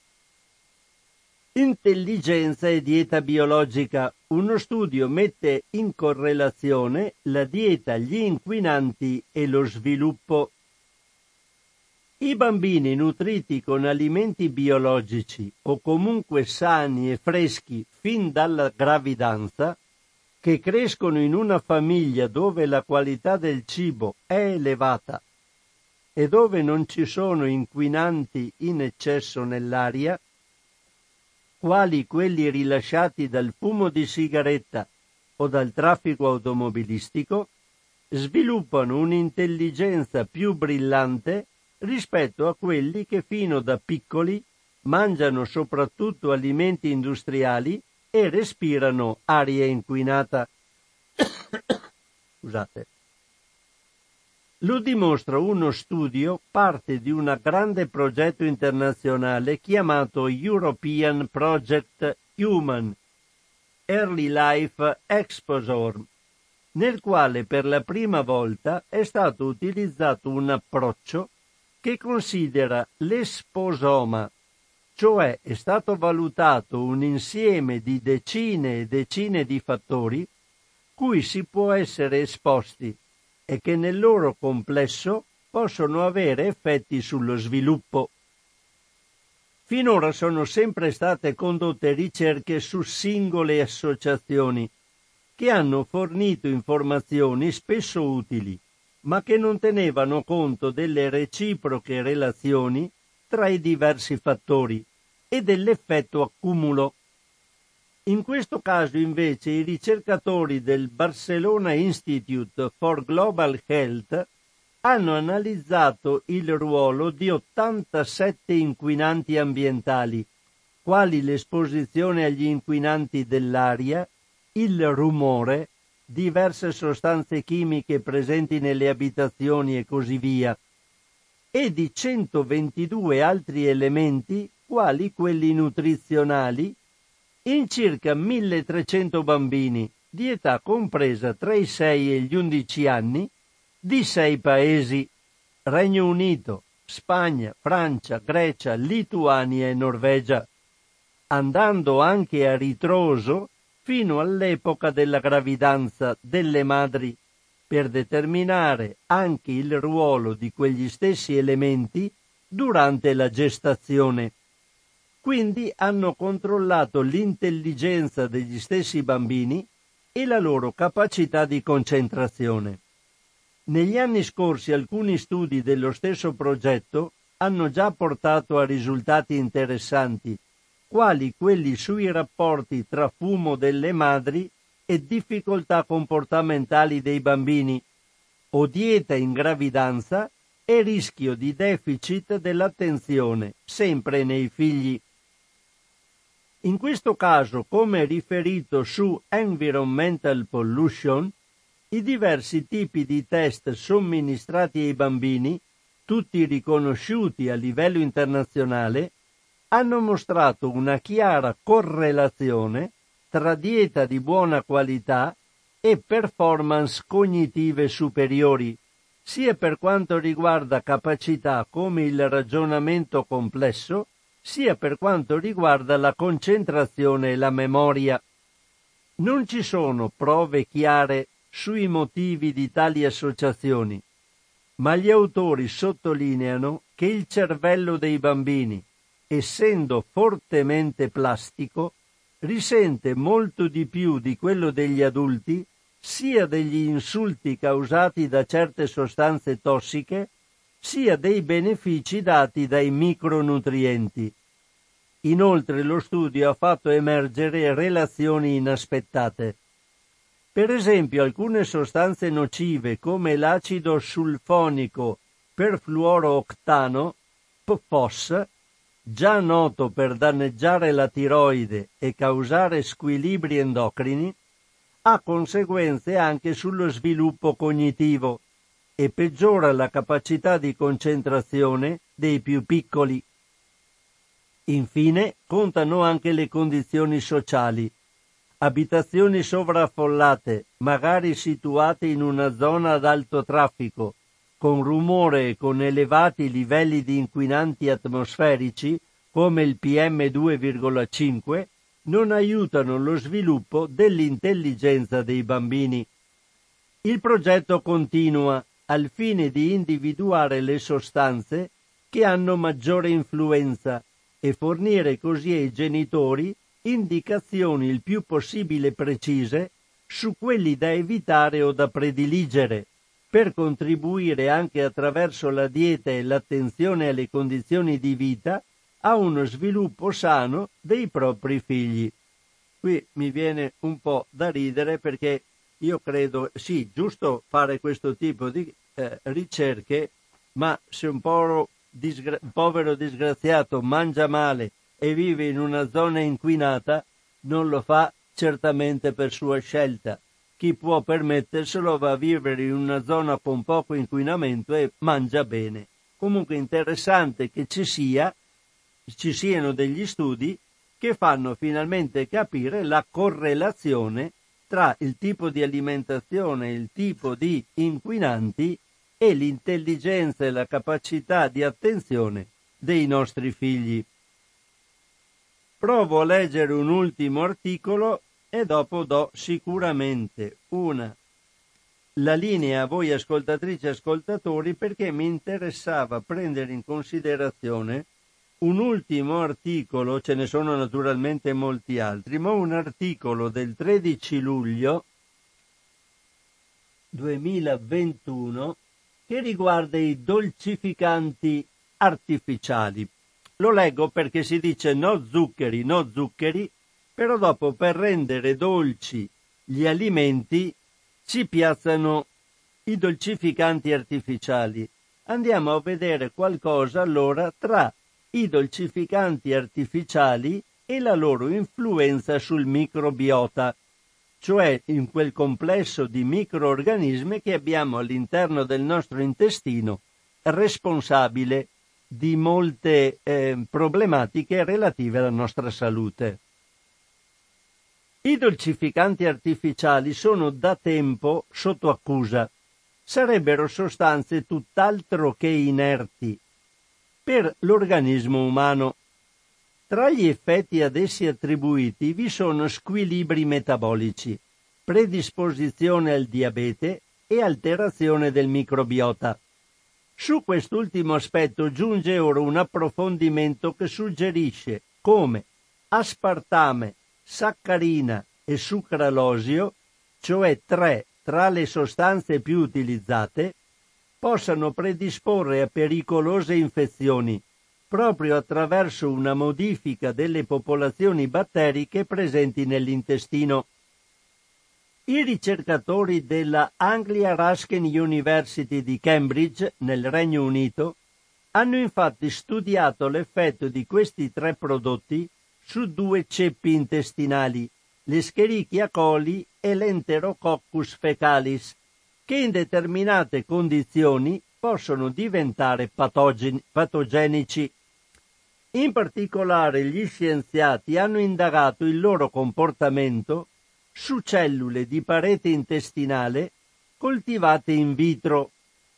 Intelligenza e dieta biologica. Uno studio mette in correlazione la dieta, gli inquinanti e lo sviluppo. I bambini nutriti con alimenti biologici o comunque sani e freschi fin dalla gravidanza, che crescono in una famiglia dove la qualità del cibo è elevata e dove non ci sono inquinanti in eccesso nell'aria, quali quelli rilasciati dal fumo di sigaretta o dal traffico automobilistico, sviluppano un'intelligenza più brillante rispetto a quelli che fino da piccoli mangiano soprattutto alimenti industriali e respirano aria inquinata. Scusate. Lo dimostra uno studio, parte di un grande progetto internazionale chiamato European Project Human Early Life Exposure, nel quale per la prima volta è stato utilizzato un approccio che considera l'esposoma, cioè è stato valutato un insieme di decine e decine di fattori cui si può essere esposti e che nel loro complesso possono avere effetti sullo sviluppo. Finora sono sempre state condotte ricerche su singole associazioni che hanno fornito informazioni spesso utili, ma che non tenevano conto delle reciproche relazioni tra i diversi fattori e dell'effetto accumulo. In questo caso invece i ricercatori del Barcelona Institute for Global Health hanno analizzato il ruolo di ottantasette inquinanti ambientali, quali l'esposizione agli inquinanti dell'aria, il rumore, diverse sostanze chimiche presenti nelle abitazioni e così via, e di centoventidue altri elementi, quali quelli nutrizionali, in circa milletrecento bambini di età compresa tra i sei e gli undici anni di sei paesi: Regno Unito, Spagna, Francia, Grecia, Lituania e Norvegia, andando anche a ritroso fino all'epoca della gravidanza delle madri, per determinare anche il ruolo di quegli stessi elementi durante la gestazione. Quindi hanno controllato l'intelligenza degli stessi bambini e la loro capacità di concentrazione. Negli anni scorsi alcuni studi dello stesso progetto hanno già portato a risultati interessanti, quali quelli sui rapporti tra fumo delle madri e difficoltà comportamentali dei bambini, o dieta in gravidanza e rischio di deficit dell'attenzione, sempre nei figli. In questo caso, come riferito su Environmental Pollution, i diversi tipi di test somministrati ai bambini, tutti riconosciuti a livello internazionale, hanno mostrato una chiara correlazione tra dieta di buona qualità e performance cognitive superiori, sia per quanto riguarda capacità come il ragionamento complesso, sia per quanto riguarda la concentrazione e la memoria. Non ci sono prove chiare sui motivi di tali associazioni, ma gli autori sottolineano che il cervello dei bambini, essendo fortemente plastico, risente molto di più di quello degli adulti sia degli insulti causati da certe sostanze tossiche, sia dei benefici dati dai micronutrienti. Inoltre lo studio ha fatto emergere relazioni inaspettate. Per esempio, alcune sostanze nocive come l'acido sulfonico perfluorooctano, P F O S, già noto per danneggiare la tiroide e causare squilibri endocrini, ha conseguenze anche sullo sviluppo cognitivo e peggiora la capacità di concentrazione dei più piccoli. Infine, contano anche le condizioni sociali. abitazioni sovraffollate, magari situate in una zona ad alto traffico, con rumore e con elevati livelli di inquinanti atmosferici come il P M due virgola cinque, non aiutano lo sviluppo dell'intelligenza dei bambini. Il progetto continua al fine di individuare le sostanze che hanno maggiore influenza e fornire così ai genitori indicazioni il più possibile precise su quelli da evitare o da prediligere, per contribuire anche attraverso la dieta e l'attenzione alle condizioni di vita a uno sviluppo sano dei propri figli. Qui mi viene un po' da ridere perché io credo, sì, giusto fare questo tipo di eh, ricerche, ma se un povero, disgra- povero disgraziato mangia male e vive in una zona inquinata, non lo fa certamente per sua scelta. Chi può permetterselo va a vivere in una zona con poco inquinamento e mangia bene. Comunque interessante che ci sia, ci siano degli studi che fanno finalmente capire la correlazione tra il tipo di alimentazione, il tipo di inquinanti e l'intelligenza e la capacità di attenzione dei nostri figli. Provo a leggere un ultimo articolo e dopo do sicuramente una la linea a voi ascoltatrici e ascoltatori, perché mi interessava prendere in considerazione un ultimo articolo, ce ne sono naturalmente molti altri, ma un articolo del tredici luglio duemilaventuno che riguarda i dolcificanti artificiali. Lo leggo perché si dice no zuccheri, no zuccheri, però dopo per rendere dolci gli alimenti ci piazzano i dolcificanti artificiali. Andiamo a vedere qualcosa allora tra i dolcificanti artificiali e la loro influenza sul microbiota, cioè in quel complesso di microorganismi che abbiamo all'interno del nostro intestino, responsabile di molte eh, problematiche relative alla nostra salute. I dolcificanti artificiali sono da tempo sotto accusa. Sarebbero sostanze tutt'altro che inerti per l'organismo umano. Tra gli effetti ad essi attribuiti vi sono squilibri metabolici, predisposizione al diabete e alterazione del microbiota. Su quest'ultimo aspetto giunge ora un approfondimento che suggerisce come aspartame, saccarina e sucralosio, cioè tre tra le sostanze più utilizzate, possano predisporre a pericolose infezioni, proprio attraverso una modifica delle popolazioni batteriche presenti nell'intestino. I ricercatori della Anglia Ruskin University di Cambridge, nel Regno Unito, hanno infatti studiato l'effetto di questi tre prodotti su due ceppi intestinali, l'Escherichia coli e l'Enterococcus fecalis, che in determinate condizioni possono diventare patogeni, patogenici. In particolare gli scienziati hanno indagato il loro comportamento su cellule di parete intestinale coltivate in vitro.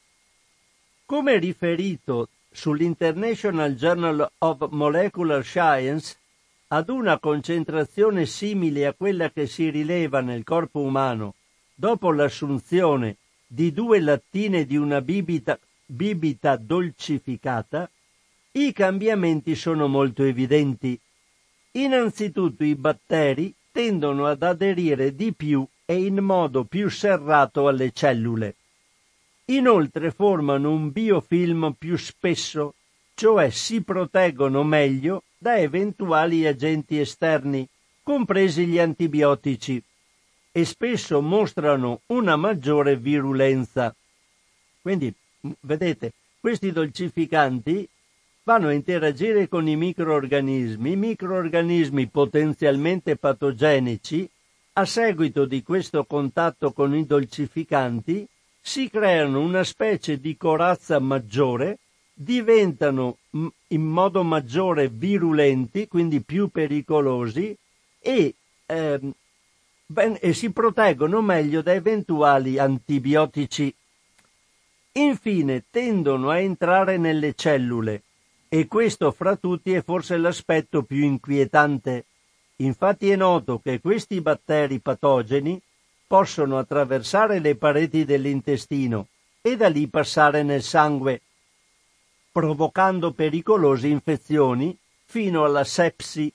Come riferito sull'International Journal of Molecular Science, ad una concentrazione simile a quella che si rileva nel corpo umano dopo l'assunzione di due lattine di una bibita, bibita dolcificata, i cambiamenti sono molto evidenti. Innanzitutto i batteri tendono ad aderire di più e in modo più serrato alle cellule. Inoltre formano un biofilm più spesso, cioè si proteggono meglio da eventuali agenti esterni, compresi gli antibiotici, e spesso mostrano una maggiore virulenza. Quindi, vedete, questi dolcificanti vanno a interagire con i microorganismi, microorganismi potenzialmente patogenici. A seguito di questo contatto con i dolcificanti si creano una specie di corazza maggiore, diventano in modo maggiore virulenti, quindi più pericolosi, e ehm, ben, e si proteggono meglio da eventuali antibiotici. Infine tendono a entrare nelle cellule e questo fra tutti è forse l'aspetto più inquietante. Infatti è noto che questi batteri patogeni possono attraversare le pareti dell'intestino e da lì passare nel sangue, provocando pericolose infezioni fino alla sepsi.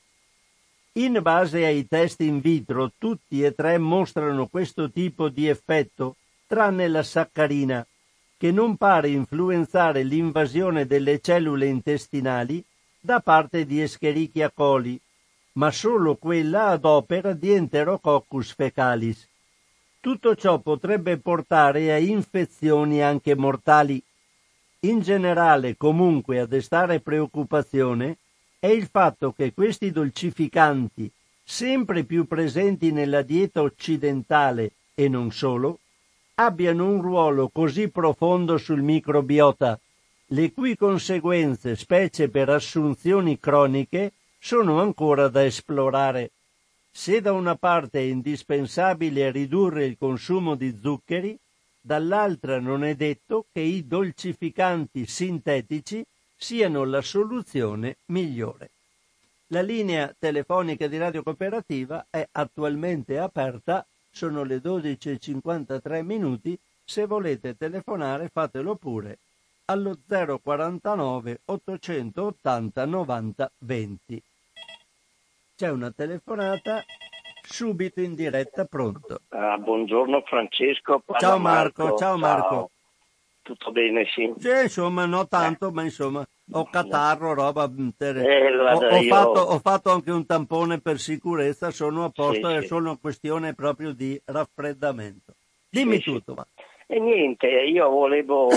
In base ai test in vitro, tutti e tre mostrano questo tipo di effetto, tranne la saccarina, che non pare influenzare l'invasione delle cellule intestinali da parte di Escherichia coli, ma solo quella ad opera di Enterococcus fecalis. Tutto ciò potrebbe portare a infezioni anche mortali. In generale, comunque, a destare preoccupazione è il fatto che questi dolcificanti, sempre più presenti nella dieta occidentale e non solo, abbiano un ruolo così profondo sul microbiota, le cui conseguenze, specie per assunzioni croniche, sono ancora da esplorare. Se da una parte è indispensabile ridurre il consumo di zuccheri, dall'altra non è detto che i dolcificanti sintetici siano la soluzione migliore. La linea telefonica di Radio Cooperativa è attualmente aperta, sono le dodici e cinquantatré minuti, se volete telefonare fatelo pure allo zero quarantanove ottocentottanta novanta venti. C'è una telefonata subito in diretta, pronto. Ah, buongiorno Francesco. Ciao Marco, Marco, ciao Marco. Ciao. Tutto bene, sì? Sì, insomma, no tanto, eh. ma insomma, ho catarro, roba. Ter... Eh, ho, ho, io... fatto, ho fatto anche un tampone per sicurezza, sono a posto, sì, è sì. solo una questione proprio di raffreddamento. Dimmi sì, tutto, sì. ma. E niente, io volevo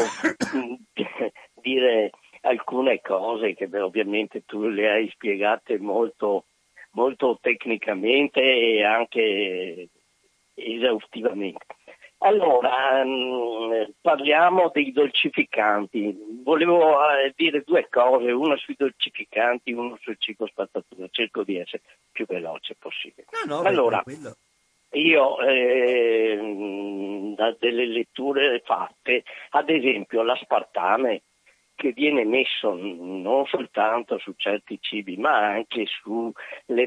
dire alcune cose che beh, ovviamente tu le hai spiegate molto, molto tecnicamente e anche esaustivamente. Allora, mh, parliamo dei dolcificanti. Volevo eh, dire due cose, una sui dolcificanti, uno sul cibo spazzatura. Cerco di essere più veloce possibile. No, no, allora, beh, io eh, da delle letture fatte, ad esempio l'aspartame che viene messo non soltanto su certi cibi, ma anche sulle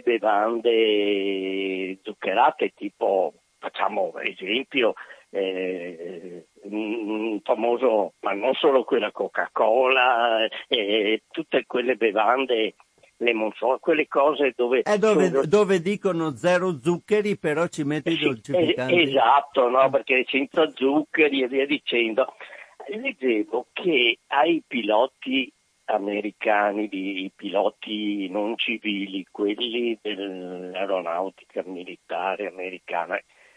bevande zuccherate, tipo, facciamo esempio, Eh, un famoso, ma non solo quella Coca-Cola, eh, tutte quelle bevande, lemon soda, quelle cose dove... È dove, sono... dove dicono zero zuccheri, però ci metti i sì, dolcificanti. es- esatto, no? Perché senza zuccheri e via dicendo. Leggevo che ai piloti americani, i piloti non civili, quelli dell'aeronautica militare americana,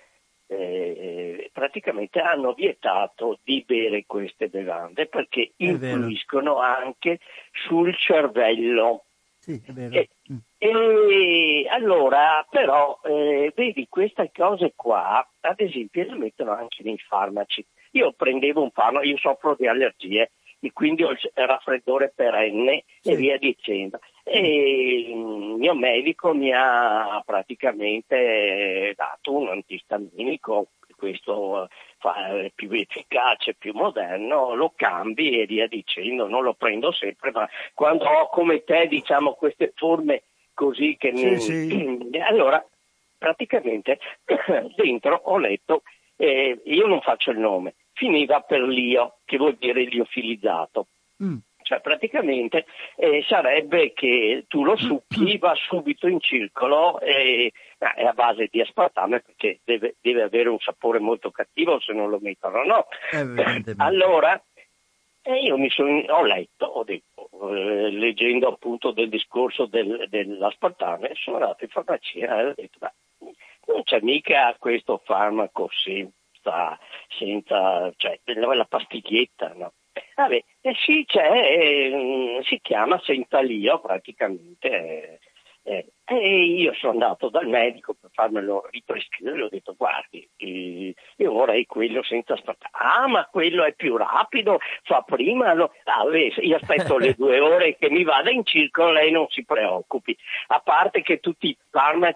Eh, praticamente hanno vietato di bere queste bevande perché È influiscono anche sul cervello. Sì, è vero. E, Mm. e allora però eh, vedi queste cose qua, ad esempio le mettono anche nei farmaci. Io prendevo un farmaco, io soffro di allergie e quindi ho il raffreddore perenne Sì. e via dicendo. E il mio medico mi ha praticamente dato un antistaminico, questo è più efficace, più moderno, lo cambi e via dicendo, non lo prendo sempre, ma quando ho come te diciamo queste forme così che Sì, mi... sì. allora praticamente dentro ho letto, eh, io non faccio il nome, finiva per lio, che vuol dire liofilizzato. Mm. Cioè praticamente eh, sarebbe che tu lo succhi, va subito in circolo e eh, è a base di aspartame perché deve, deve avere un sapore molto cattivo se non lo mettono, no? Evidentemente. Allora, eh, io mi sono, ho letto, ho detto, eh, leggendo appunto del discorso del, dell'aspartame, sono andato in farmacia e ho detto, ma non c'è mica questo farmaco senza, senza cioè la pastiglietta, no? Vabbè, eh sì, c'è, eh, si chiama Sentalio praticamente, eh, eh, e io sono andato dal medico per farmelo riprescrivere e ho detto guardi, eh, io vorrei quello senza aspettare. Ah, ma quello è più rapido, fa prima, no? Ah, vabbè, io aspetto le due ore che mi vada in circolo, lei non si preoccupi, a parte che tutti i farmaci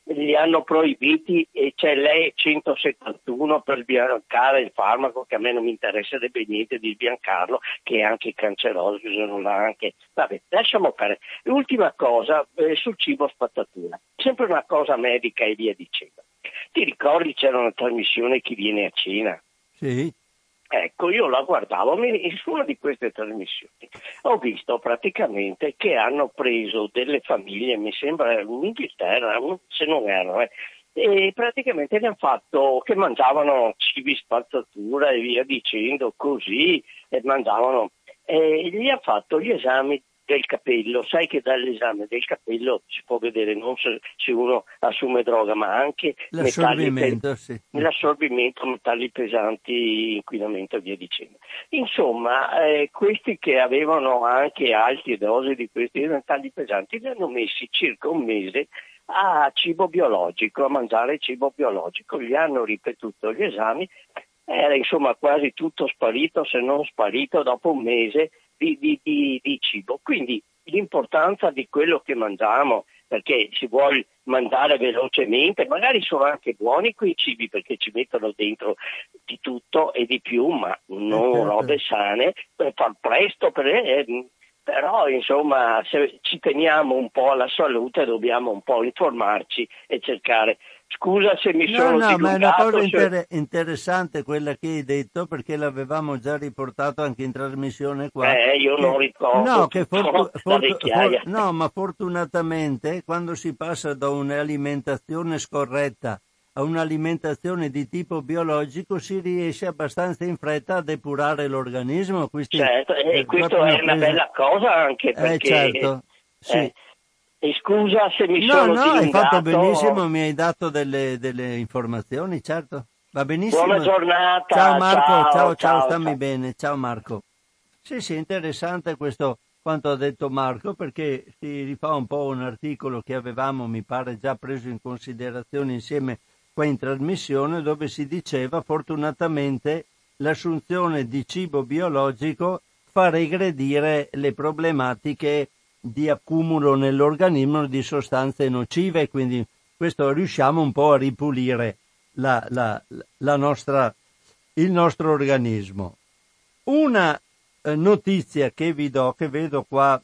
li hanno proibiti e c'è l'E centosettantuno per sbiancare il farmaco, che a me non mi interesserebbe niente di sbiancarlo, che è anche canceroso, non ha anche... Vabbè, lasciamo fare. L'ultima cosa, eh, sul cibo spazzatura, sempre una cosa medica e via dicendo. Ti ricordi c'era una trasmissione Chi viene a cena? Sì. Ecco, io la guardavo in una di queste trasmissioni, ho visto praticamente che hanno preso delle famiglie, mi sembra in Inghilterra, se non erro, eh, e praticamente ne hanno fatto che mangiavano cibi spazzatura e via dicendo, così, e mangiavano, e gli hanno fatto gli esami del capello. Sai che dall'esame del capello si può vedere non se, se uno assume droga, ma anche l'assorbimento, metalli, sì. l'assorbimento, metalli pesanti, inquinamento e via dicendo. Insomma, eh, questi che avevano anche alte dosi di questi metalli pesanti li hanno messi circa un mese a cibo biologico, a mangiare cibo biologico. Gli hanno ripetuto gli esami, era insomma quasi tutto sparito, se non sparito, dopo un mese Di, di, di, di cibo. Quindi l'importanza di quello che mangiamo, perché si vuole mangiare velocemente, magari sono anche buoni quei cibi perché ci mettono dentro di tutto e di più, ma non certo. robe sane, per far presto, per, eh, però insomma se ci teniamo un po' alla salute dobbiamo un po' informarci e cercare. Scusa se mi no, sono no, dilungato. ma è una cosa se... inter- interessante quella che hai detto, perché l'avevamo già riportato anche in trasmissione qua. Eh, io che, non ricordo no, tutto, che fortu- la fortu- vecchiaia. for- no, ma fortunatamente quando si passa da un'alimentazione scorretta a un'alimentazione di tipo biologico si riesce abbastanza in fretta a depurare l'organismo. Questi, Certo, e è questo proprio è una una presa... bella cosa anche Eh, perché, certo, sì. eh, e scusa se mi No, sono no, hai fatto benissimo, dilungato. mi hai dato delle, delle informazioni, certo. Va Buona benissimo. Ciao giornata, Marco, ciao, ciao, ciao, ciao, stammi ciao. bene. Ciao Marco. Sì, sì, interessante questo quanto ha detto Marco, perché si rifà un po' un articolo che avevamo, mi pare, già preso in considerazione insieme qua in trasmissione, dove si diceva fortunatamente l'assunzione di cibo biologico fa regredire le problematiche di accumulo nell'organismo di sostanze nocive, quindi questo riusciamo un po' a ripulire la, la, la nostra, il nostro organismo. Una eh, notizia che vi do, che vedo qua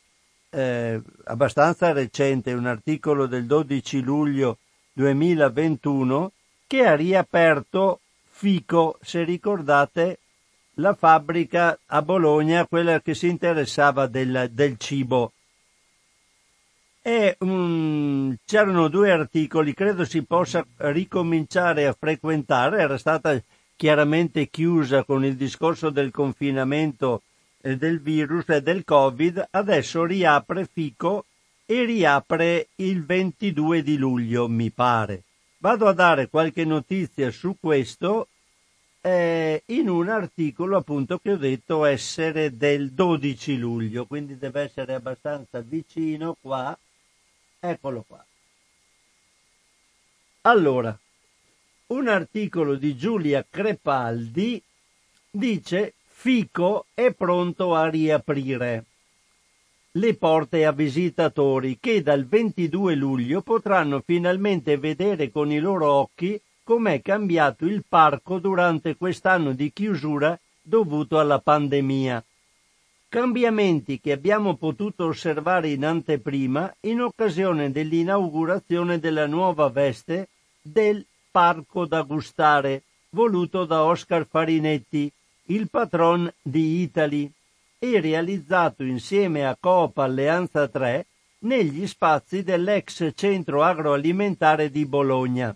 eh, abbastanza recente, un articolo del dodici luglio duemilaventuno, che ha riaperto Fico, se ricordate, la fabbrica a Bologna, quella che si interessava del, del cibo. E um, c'erano due articoli, credo si possa ricominciare a frequentare, era stata chiaramente chiusa con il discorso del confinamento eh, del virus e del Covid, adesso riapre Fico e riapre il ventidue di luglio, mi pare. Vado a dare qualche notizia su questo eh, in un articolo appunto che ho detto essere del dodici luglio, quindi deve essere abbastanza vicino qua. Eccolo qua. Allora, un articolo di Giulia Crepaldi dice: Fico è pronto a riaprire le porte a visitatori che dal ventidue luglio potranno finalmente vedere con i loro occhi com'è cambiato il parco durante quest'anno di chiusura dovuto alla pandemia. Cambiamenti che abbiamo potuto osservare in anteprima in occasione dell'inaugurazione della nuova veste del Parco da gustare, voluto da Oscar Farinetti, il patron di Italy, e realizzato insieme a Coop Alleanza tre negli spazi dell'ex centro agroalimentare di Bologna.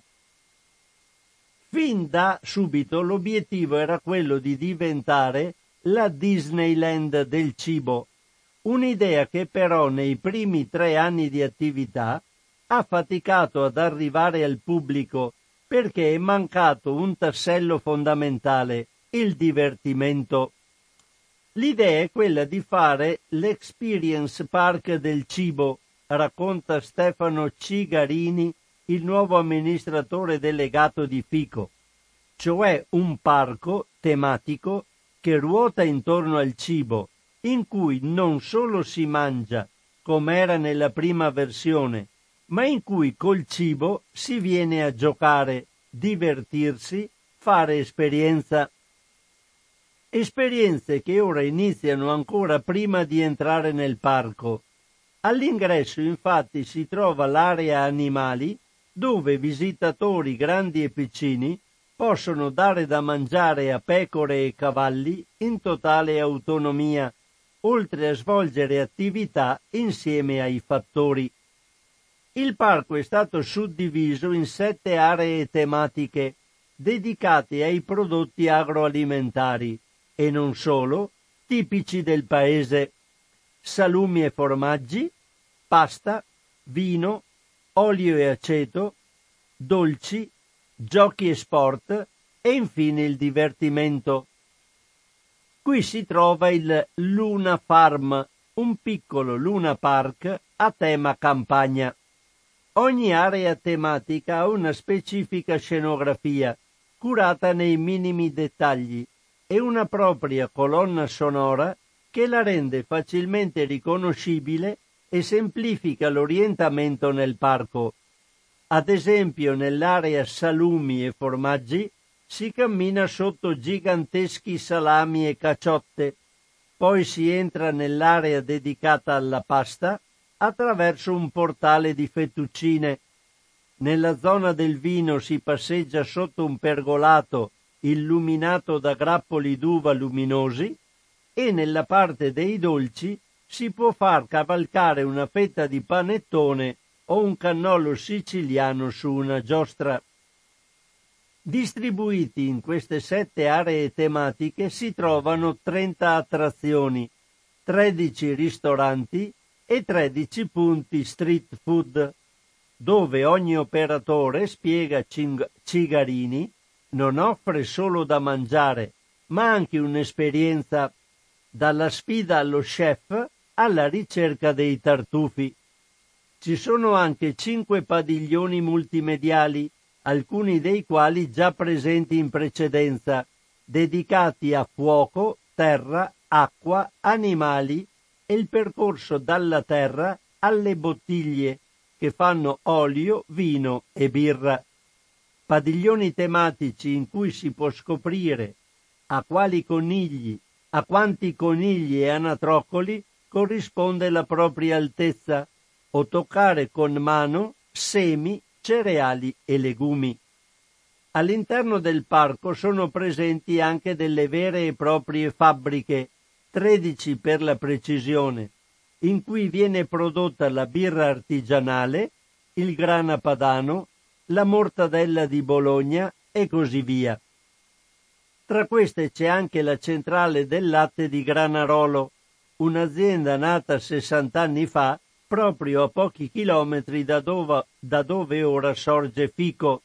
Fin da subito l'obiettivo era quello di diventare la Disneyland del cibo, un'idea che però nei primi tre anni di attività ha faticato ad arrivare al pubblico perché è mancato un tassello fondamentale, il divertimento. L'idea è quella di fare l'Experience Park del cibo, racconta Stefano Cigarini, il nuovo amministratore delegato di Fico, cioè un parco tematico che ruota intorno al cibo, in cui non solo si mangia, come era nella prima versione, ma in cui col cibo si viene a giocare, divertirsi, fare esperienza. Esperienze che ora iniziano ancora prima di entrare nel parco. All'ingresso infatti si trova l'area animali, dove visitatori grandi e piccini possono dare da mangiare a pecore e cavalli in totale autonomia, oltre a svolgere attività insieme ai fattori. Il parco è stato suddiviso in sette aree tematiche dedicate ai prodotti agroalimentari e non solo, tipici del paese: salumi e formaggi, pasta, vino, olio e aceto, dolci, giochi e sport e infine il divertimento. Qui si trova il Luna Farm, un piccolo Luna Park a tema campagna. Ogni area tematica ha una specifica scenografia, curata nei minimi dettagli, e una propria colonna sonora che la rende facilmente riconoscibile e semplifica l'orientamento nel parco. Ad esempio, nell'area salumi e formaggi si cammina sotto giganteschi salami e caciotte, poi si entra nell'area dedicata alla pasta attraverso un portale di fettuccine. Nella zona del vino si passeggia sotto un pergolato illuminato da grappoli d'uva luminosi e nella parte dei dolci si può far cavalcare una fetta di panettone o un cannolo siciliano su una giostra. Distribuiti in queste sette aree tematiche si trovano trenta attrazioni, tredici ristoranti e tredici punti street food, dove ogni operatore, spiega Cing- Cigarini, non offre solo da mangiare, ma anche un'esperienza, dalla sfida allo chef alla ricerca dei tartufi. Ci sono anche cinque padiglioni multimediali, alcuni dei quali già presenti in precedenza, dedicati a fuoco, terra, acqua, animali e il percorso dalla terra alle bottiglie che fanno olio, vino e birra. Padiglioni tematici in cui si può scoprire a quali conigli, a quanti conigli e anatroccoli corrisponde la propria altezza, o toccare con mano semi, cereali e legumi. All'interno del parco sono presenti anche delle vere e proprie fabbriche, tredici per la precisione, in cui viene prodotta la birra artigianale, il grana padano, la mortadella di Bologna e così via. Tra queste c'è anche la centrale del latte di Granarolo, un'azienda nata sessanta anni fa proprio a pochi chilometri da dove, da dove ora sorge Fico.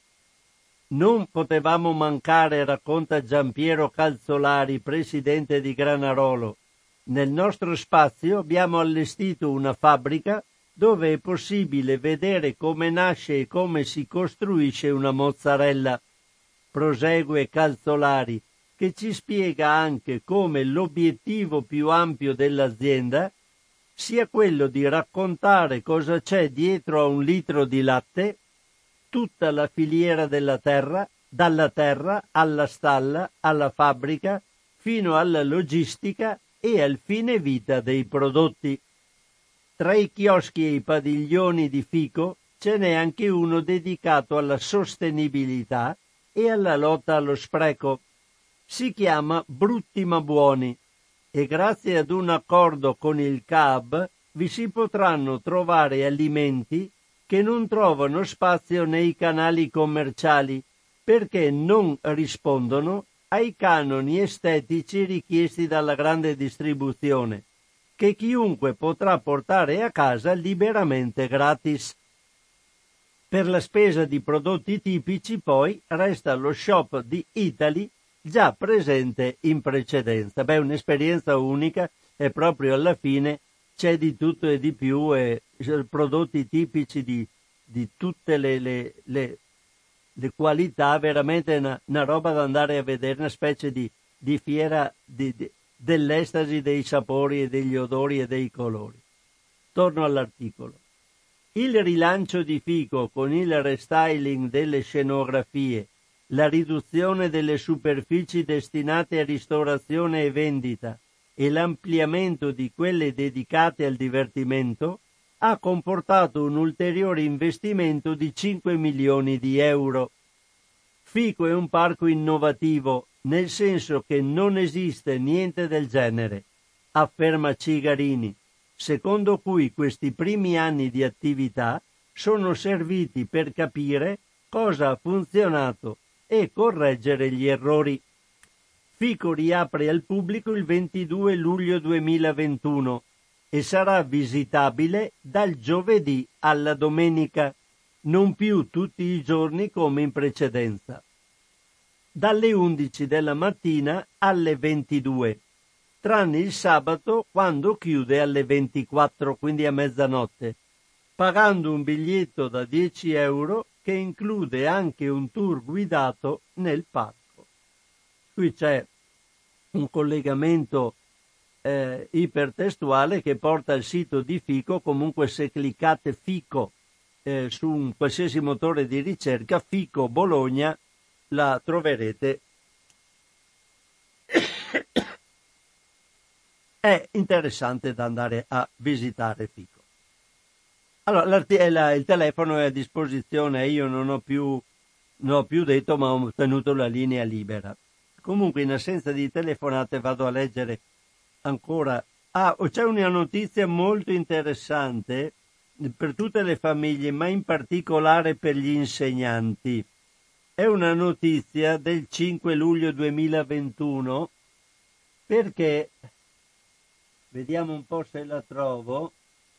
Non potevamo mancare, racconta Giampiero Calzolari, presidente di Granarolo. Nel nostro spazio abbiamo allestito una fabbrica dove è possibile vedere come nasce e come si costruisce una mozzarella. Prosegue Calzolari, che ci spiega anche come l'obiettivo più ampio dell'azienda sia quello di raccontare cosa c'è dietro a un litro di latte, tutta la filiera della terra, dalla terra alla stalla, alla fabbrica, fino alla logistica e al fine vita dei prodotti. Tra i chioschi e i padiglioni di Fico ce n'è anche uno dedicato alla sostenibilità e alla lotta allo spreco. Si chiama Brutti ma Buoni e grazie ad un accordo con il C A B vi si potranno trovare alimenti che non trovano spazio nei canali commerciali perché non rispondono ai canoni estetici richiesti dalla grande distribuzione, che chiunque potrà portare a casa liberamente gratis. Per la spesa di prodotti tipici poi resta lo shop di Italy già presente in precedenza. Beh, un'esperienza unica e proprio alla fine c'è di tutto e di più e prodotti tipici di, di tutte le, le, le, le qualità, veramente una, una roba da andare a vedere, una specie di, di fiera di, di, dell'estasi dei sapori e degli odori e dei colori. Torno all'articolo. Il rilancio di Fico con il restyling delle scenografie, la riduzione delle superfici destinate a ristorazione e vendita e l'ampliamento di quelle dedicate al divertimento ha comportato un ulteriore investimento di cinque milioni di euro. Fico è un parco innovativo, nel senso che non esiste niente del genere, afferma Cigarini, secondo cui questi primi anni di attività sono serviti per capire cosa ha funzionato e correggere gli errori. Fico riapre al pubblico il ventidue luglio duemilaventuno e sarà visitabile dal giovedì alla domenica, non più tutti i giorni come in precedenza. Dalle undici della mattina alle ventidue, tranne il sabato quando chiude alle ventiquattro, quindi a mezzanotte, pagando un biglietto da dieci euro che include anche un tour guidato nel parco. Qui c'è un collegamento eh, ipertestuale che porta al sito di Fico. Comunque se cliccate Fico eh, su un qualsiasi motore di ricerca, Fico Bologna, la troverete. È interessante da andare a visitare Fico. Allora, la, il telefono è a disposizione, io non ho più, non ho più detto, ma ho tenuto la linea libera. Comunque, in assenza di telefonate, vado a leggere ancora. Ah, c'è una notizia molto interessante per tutte le famiglie, ma in particolare per gli insegnanti. È una notizia del cinque luglio duemilaventuno, perché, vediamo un po' se la trovo,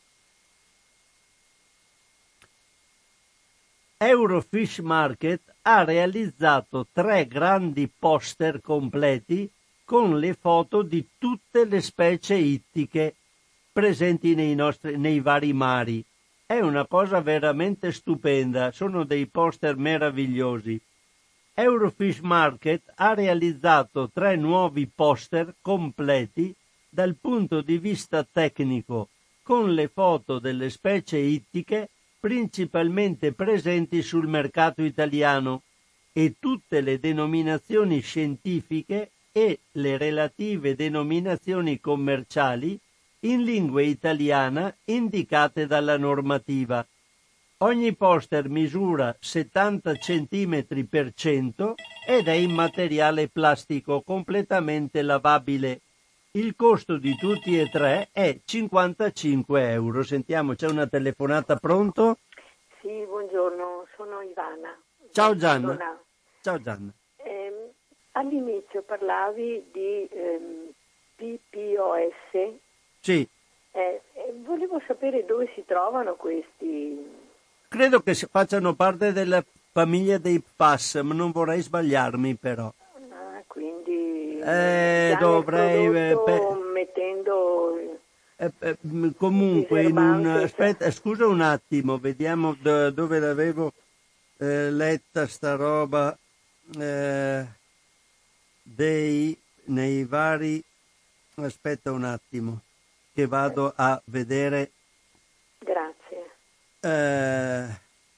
Eurofish Market ha realizzato tre grandi poster completi con le foto di tutte le specie ittiche presenti nei nostri, nei vari mari. È una cosa veramente stupenda, sono dei poster meravigliosi. Eurofish Market ha realizzato tre nuovi poster completi dal punto di vista tecnico, con le foto delle specie ittiche principalmente presenti sul mercato italiano e tutte le denominazioni scientifiche e le relative denominazioni commerciali in lingua italiana indicate dalla normativa. Ogni poster misura settanta centimetri per cento ed è in materiale plastico completamente lavabile. Il costo di tutti e tre è cinquantacinque euro. Sentiamo, c'è una telefonata, pronto? Sì, buongiorno, sono Ivana. Ciao Gianna. Ciao Gianna. Eh, all'inizio parlavi di ehm, P P O S. Sì. Eh, eh, volevo sapere dove si trovano questi. Credo che facciano parte della famiglia dei P F A S, ma non vorrei sbagliarmi però. Ah, quindi eh, dovrei pe... mettendo eh, eh, comunque in un aspetta, scusa un attimo, vediamo do, dove l'avevo eh, letta sta roba eh, dei nei vari aspetta un attimo che vado a vedere. Grazie. Eh,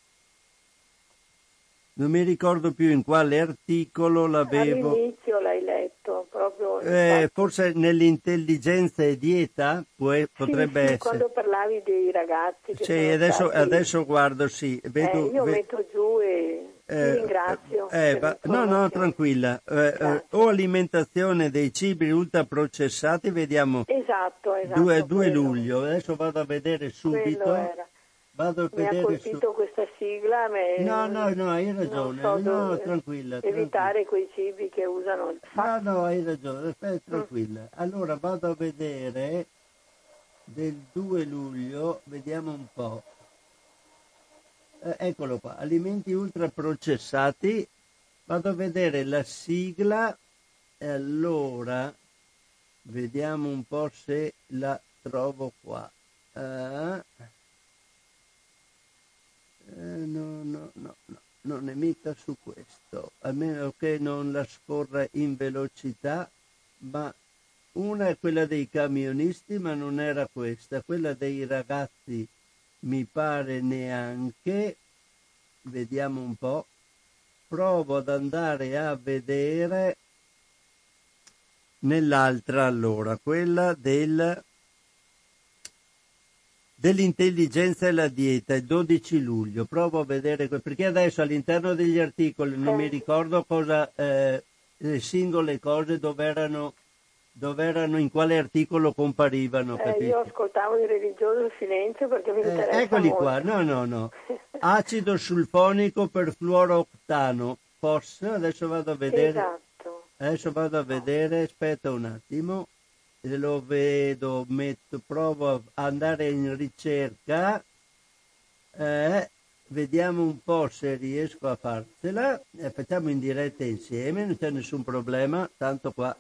non mi ricordo più in quale articolo l'avevo. All'inizio l'hai letto proprio. Eh, forse nell'intelligenza e dieta può, potrebbe sì, sì, essere. Quando parlavi dei ragazzi che sì, sono adesso, stati... adesso guardo, sì. Vedo, eh, io ve... metto giù e ti eh, ringrazio. Eh, va... No, no, tranquilla. Eh, eh, o alimentazione dei cibi ultraprocessati, vediamo. Esatto, esatto. due luglio, adesso vado a vedere subito. Era. Vado a Mi vedere ha colpito su... questa sigla. Ma no, no, no, hai ragione. So no, dove... tranquilla. Evitare tranquilla. quei cibi che usano il No, no, hai ragione, aspetta, tranquilla. Mm. Allora vado a vedere del due luglio, vediamo un po'. Eh, eccolo qua, alimenti ultraprocessati. Vado a vedere la sigla e allora vediamo un po' se la trovo qua. Uh, eh, no, no, no, no. Non è mica su questo, a meno che non la scorra in velocità, ma una è quella dei camionisti, ma non era questa, quella dei ragazzi mi pare neanche, vediamo un po', provo ad andare a vedere nell'altra, allora, quella del dell'intelligenza e la dieta, il dodici luglio, provo a vedere, perché adesso all'interno degli articoli non mi ricordo cosa, eh, le singole cose dove erano, dove erano, in quale articolo comparivano. Eh, io ascoltavo il religioso silenzio perché mi interessa eh, Eccoli molto. qua, no, no, no. Acido sulfonico per fluorooctano, F O S, adesso vado a vedere. Esatto. Adesso vado a vedere, aspetta un attimo. Se lo vedo, metto, provo a andare in ricerca, eh, vediamo un po' se riesco a farcela, eh, facciamo in diretta insieme, non c'è nessun problema, tanto qua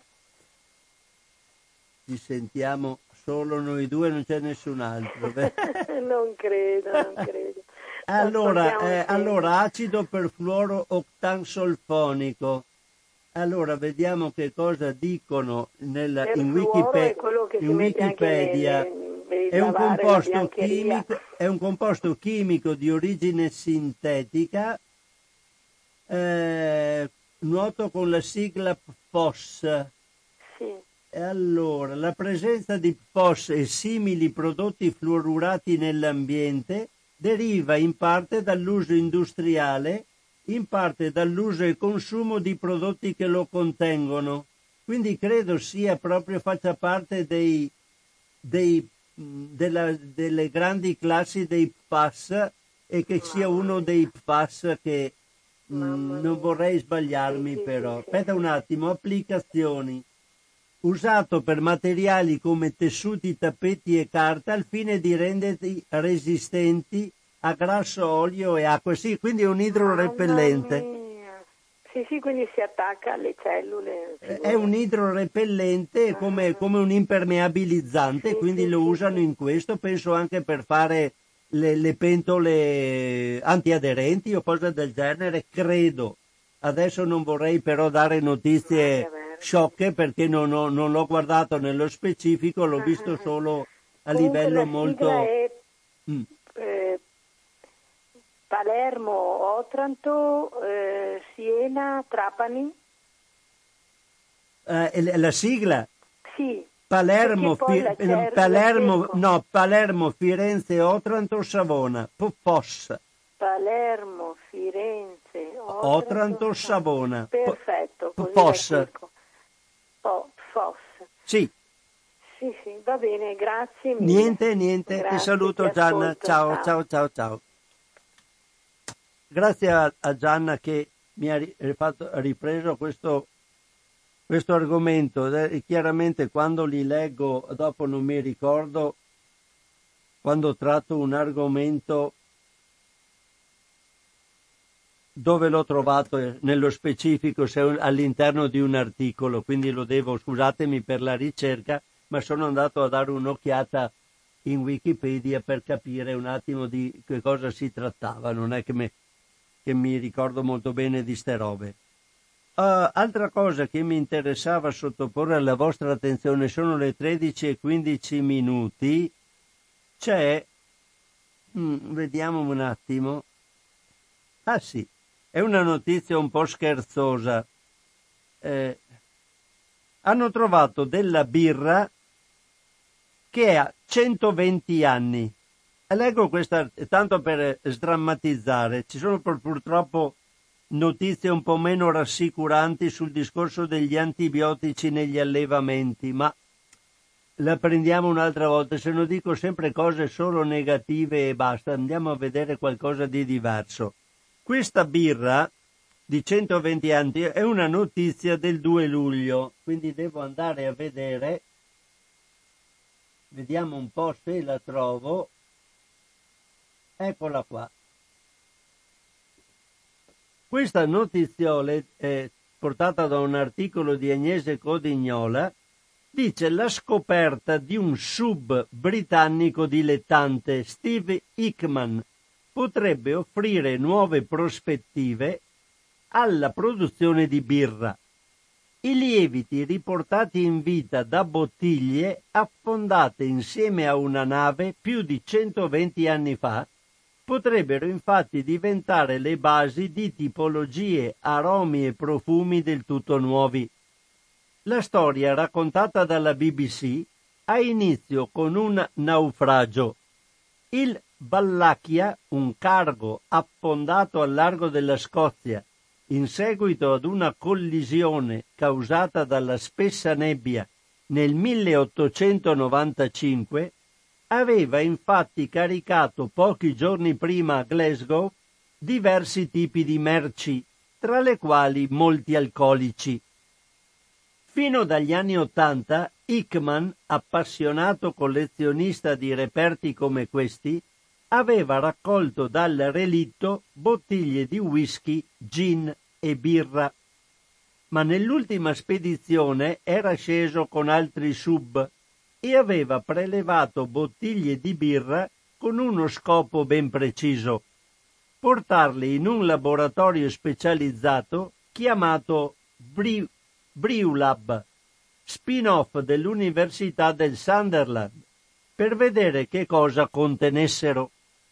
ci sentiamo solo noi due, non c'è nessun altro. Non credo, non credo. Allora, eh, allora, acido perfluorooctansolfonico. Allora, vediamo che cosa dicono nella, in, Wikipe- in Wikipedia. Nelle, è, un composto chimico, è un composto chimico di origine sintetica, eh, noto con la sigla P F O S. Sì. E allora, la presenza di P F O S e simili prodotti fluorurati nell'ambiente deriva in parte dall'uso industriale, in parte dall'uso e consumo di prodotti che lo contengono. Quindi credo sia proprio, faccia parte dei, dei, della, delle grandi classi dei P F A S e che sia uno dei P F A S che mh, non vorrei sbagliarmi, però. Aspetta un attimo, applicazioni. Usato per materiali come tessuti, tappeti e carta al fine di renderli resistenti a grasso, olio e acqua. Sì, quindi è un idrorepellente. Sì, sì, quindi si attacca alle cellule. È un idrorepellente, ah, come, come un impermeabilizzante, sì, quindi sì, lo sì, usano sì. in questo, penso anche per fare le, le pentole antiaderenti o cose del genere, credo. Adesso non vorrei però dare notizie sciocche perché non, ho, non l'ho guardato nello specifico, l'ho visto solo a Comunque livello molto... È, mm. eh, Palermo, Otranto, eh, Siena, Trapani. Eh, la sigla? Sì. Palermo, Fi- Palermo, no, Palermo, Firenze, Otranto, Savona. P F O S. Palermo, Firenze, Otranto, Otranto, Savona. Perfetto. P F O S. P F O S. Sì. Sì, sì, va bene, grazie mille. Niente, niente, grazie, ti saluto ti Gianna, ascolto, ciao, ciao, ciao, ciao. Grazie a, a Gianna che mi ha rifatto, ripreso questo, questo argomento. E chiaramente quando li leggo dopo non mi ricordo, quando tratto un argomento dove l'ho trovato nello specifico, se all'interno di un articolo, quindi lo devo, scusatemi per la ricerca, ma sono andato a dare un'occhiata in Wikipedia per capire un attimo di che cosa si trattava, non è che mi, che mi ricordo molto bene di ste robe. Uh, altra cosa che mi interessava sottoporre alla vostra attenzione, sono le tredici e quindici minuti, c'è, mm, vediamo un attimo, ah sì, è una notizia un po' scherzosa. Eh, hanno trovato della birra che ha centoventi anni. E leggo questa, tanto per sdrammatizzare, ci sono purtroppo notizie un po' meno rassicuranti sul discorso degli antibiotici negli allevamenti, ma la prendiamo un'altra volta, se non dico sempre cose solo negative e basta, andiamo a vedere qualcosa di diverso. Questa birra di centoventi anni è una notizia del due luglio, quindi devo andare a vedere, vediamo un po' se la trovo, eccola qua. Questa notiziole è portata da un articolo di Agnese Codignola, dice la scoperta di un sub britannico dilettante, Steve Hickman, potrebbe offrire nuove prospettive alla produzione di birra. I lieviti riportati in vita da bottiglie affondate insieme a una nave più di centoventi anni fa potrebbero infatti diventare le basi di tipologie, aromi e profumi del tutto nuovi. La storia raccontata dalla B B C ha inizio con un naufragio. Il Wallachia, un cargo affondato al largo della Scozia, in seguito ad una collisione causata dalla spessa nebbia nel milleottocentonovantacinque, aveva infatti caricato pochi giorni prima a Glasgow diversi tipi di merci, tra le quali molti alcolici. Fino dagli anni Ottanta, Hickman, appassionato collezionista di reperti come questi, aveva raccolto dal relitto bottiglie di whisky, gin e birra. Ma nell'ultima spedizione era sceso con altri sub e aveva prelevato bottiglie di birra con uno scopo ben preciso: portarle in un laboratorio specializzato chiamato Bre- Brewlab, spin-off dell'Università del Sunderland, per vedere che cosa contenessero.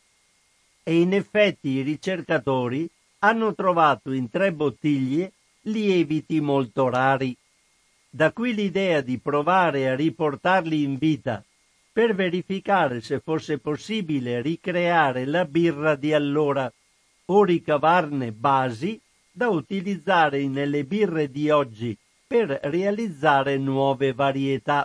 E in effetti i ricercatori hanno trovato in tre bottiglie lieviti molto rari. Da qui l'idea di provare a riportarli in vita per verificare se fosse possibile ricreare la birra di allora o ricavarne basi da utilizzare nelle birre di oggi per realizzare nuove varietà.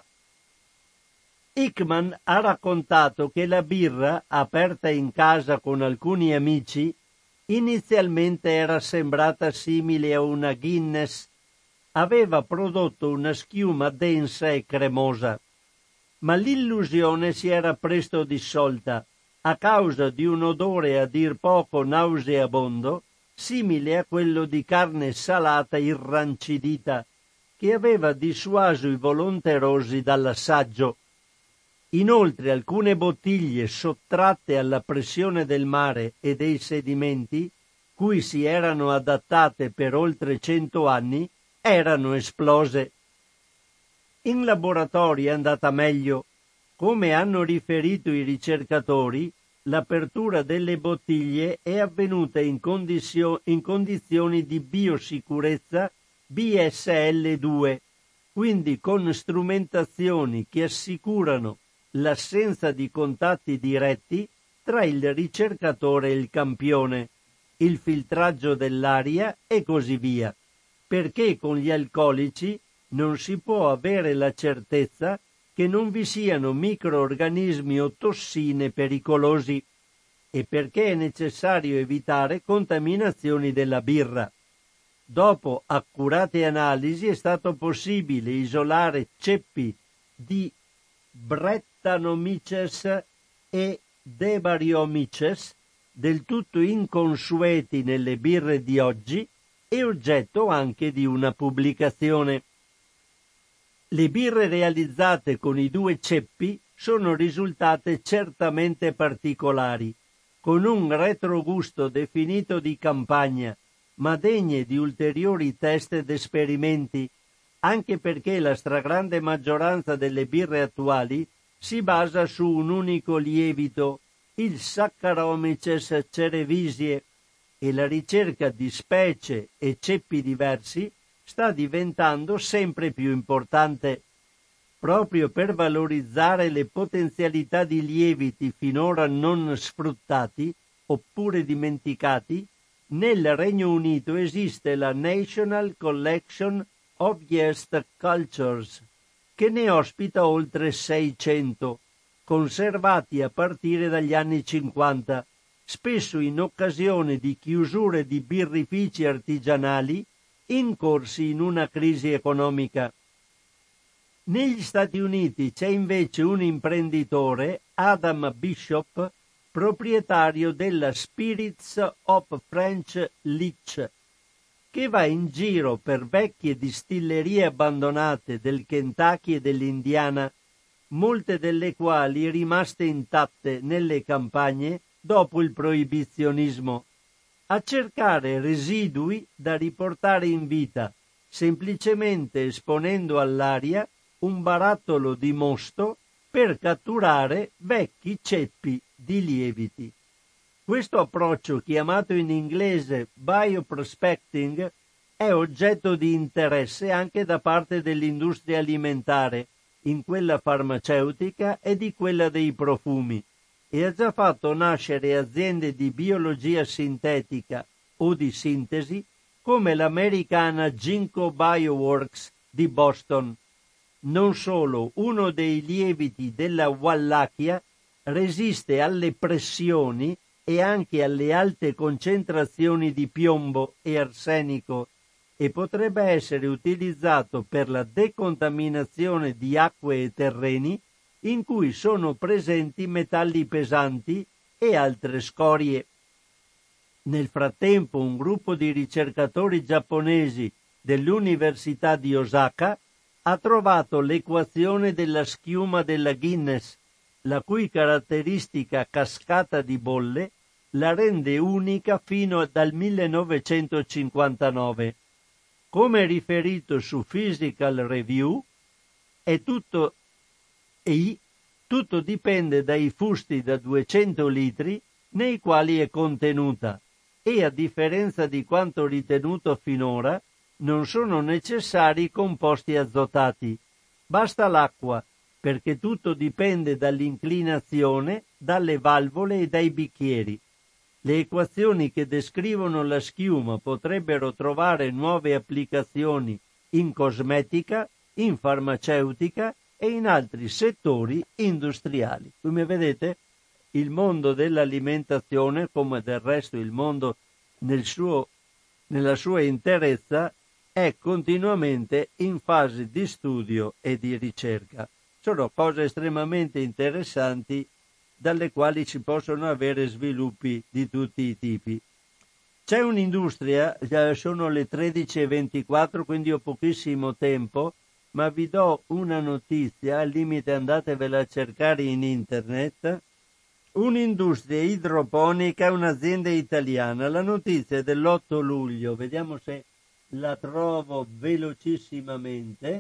Hickman ha raccontato che la birra, aperta in casa con alcuni amici, inizialmente era sembrata simile a una Guinness. Aveva prodotto una schiuma densa e cremosa, ma l'illusione si era presto dissolta a causa di un odore a dir poco nauseabondo, simile a quello di carne salata irrancidita, che aveva dissuaso i volonterosi dall'assaggio. Inoltre alcune bottiglie sottratte alla pressione del mare e dei sedimenti, cui si erano adattate per oltre cento anni, erano esplose. In laboratorio è andata meglio. Come hanno riferito i ricercatori, l'apertura delle bottiglie è avvenuta in, condizio- in condizioni di biosicurezza B S L due, quindi con strumentazioni che assicurano l'assenza di contatti diretti tra il ricercatore e il campione, il filtraggio dell'aria e così via, perché con gli alcolici non si può avere la certezza che non vi siano microorganismi o tossine pericolosi e perché è necessario evitare contaminazioni della birra. Dopo accurate analisi è stato possibile isolare ceppi di Brettanomyces e Debaryomyces del tutto inconsueti nelle birre di oggi e oggetto anche di una pubblicazione. Le birre realizzate con i due ceppi sono risultate certamente particolari, con un retrogusto definito di campagna, ma degne di ulteriori test ed esperimenti, anche perché la stragrande maggioranza delle birre attuali si basa su un unico lievito, il Saccharomyces cerevisiae, e la ricerca di specie e ceppi diversi sta diventando sempre più importante. Proprio per valorizzare le potenzialità di lieviti finora non sfruttati oppure dimenticati, nel Regno Unito esiste la National Collection of Yeast Cultures, che ne ospita oltre seicento, conservati a partire dagli anni cinquanta, spesso in occasione di chiusure di birrifici artigianali incorsi in una crisi economica. Negli Stati Uniti c'è invece un imprenditore, Adam Bishop, proprietario della Spirits of French Leach, che va in giro per vecchie distillerie abbandonate del Kentucky e dell'Indiana, molte delle quali rimaste intatte nelle campagne dopo il proibizionismo, a cercare residui da riportare in vita semplicemente esponendo all'aria un barattolo di mosto per catturare vecchi ceppi di lieviti. Questo approccio, chiamato in inglese bioprospecting, è oggetto di interesse anche da parte dell'industria alimentare, in quella farmaceutica e di quella dei profumi, e ha già fatto nascere aziende di biologia sintetica o di sintesi come l'americana Ginkgo Bioworks di Boston. Non solo, uno dei lieviti della Wallachia resiste alle pressioni e anche alle alte concentrazioni di piombo e arsenico e potrebbe essere utilizzato per la decontaminazione di acque e terreni in cui sono presenti metalli pesanti e altre scorie. Nel frattempo un gruppo di ricercatori giapponesi dell'Università di Osaka ha trovato l'equazione della schiuma della Guinness, la cui caratteristica cascata di bolle la rende unica fino dal millenovecentocinquantanove. Come riferito su Physical Review, è tutto, e tutto dipende dai fusti da duecento litri nei quali è contenuta e, a differenza di quanto ritenuto finora, non sono necessari composti azotati. Basta l'acqua, perché tutto dipende dall'inclinazione, dalle valvole e dai bicchieri. Le equazioni che descrivono la schiuma potrebbero trovare nuove applicazioni in cosmetica, in farmaceutica e in altri settori industriali. Come vedete, il mondo dell'alimentazione, come del resto il mondo nel suo, nella sua interezza, è continuamente in fase di studio e di ricerca. Sono cose estremamente interessanti dalle quali ci possono avere sviluppi di tutti i tipi. C'è un'industria, sono le tredici e ventiquattro, quindi ho pochissimo tempo, ma vi do una notizia, al limite andatevela a cercare in internet. Un'industria idroponica, un'azienda italiana. La notizia è dell'otto luglio, vediamo se la trovo velocissimamente.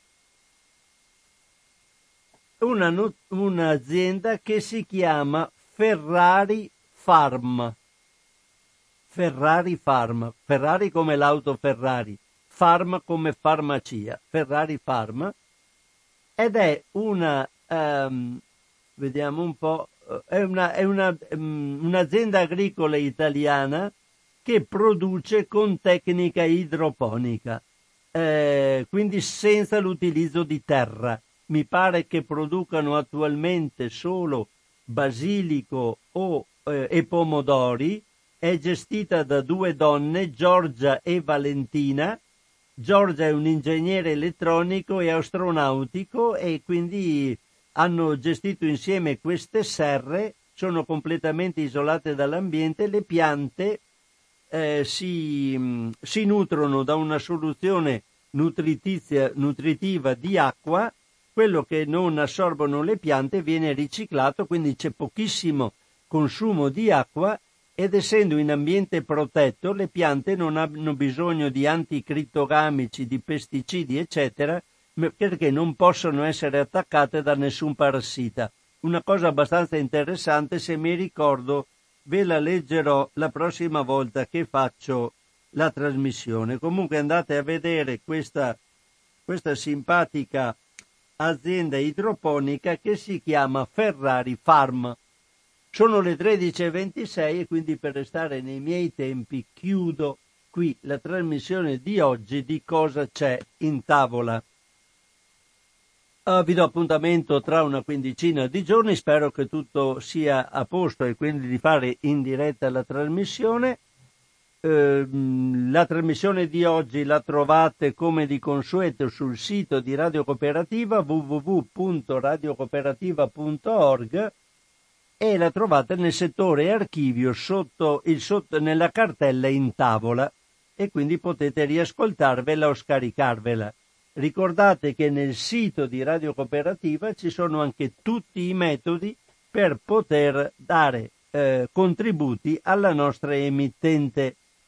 Una, un'azienda che si chiama Ferrari Farm. Ferrari Farm. Ferrari come l'auto Ferrari. Farm come farmacia. Ferrari Farm. Ed è una, um, vediamo un po', è, una, è una, um, un'azienda agricola italiana che produce con tecnica idroponica, eh, quindi senza l'utilizzo di terra. Mi pare che producano attualmente solo basilico o, eh, e pomodori. È gestita da due donne, Giorgia e Valentina. Giorgia è un ingegnere elettronico e astronautico e quindi hanno gestito insieme queste serre, sono completamente isolate dall'ambiente. Le piante eh, si, si nutrono da una soluzione nutritizia, nutritiva di acqua. Quello che non assorbono le piante viene riciclato, quindi c'è pochissimo consumo di acqua ed essendo in ambiente protetto le piante non hanno bisogno di anticrittogamici, di pesticidi eccetera, perché non possono essere attaccate da nessun parassita. Una cosa abbastanza interessante, se mi ricordo ve la leggerò la prossima volta che faccio la trasmissione. Comunque andate a vedere questa, questa simpatica azienda idroponica che si chiama Ferrari Farm. Sono le tredici e ventisei e quindi, per restare nei miei tempi, chiudo qui la trasmissione di oggi di Cosa c'è in tavola. Uh, vi do appuntamento tra una quindicina di giorni, spero che tutto sia a posto e quindi di fare in diretta la trasmissione. La trasmissione di oggi la trovate come di consueto sul sito di Radio Cooperativa w w w punto radio cooperativa punto org e la trovate nel settore archivio sotto il sotto nella cartella in tavola e quindi potete riascoltarvela o scaricarvela. Ricordate che nel sito di Radio Cooperativa ci sono anche tutti i metodi per poter dare eh, contributi alla nostra emittente.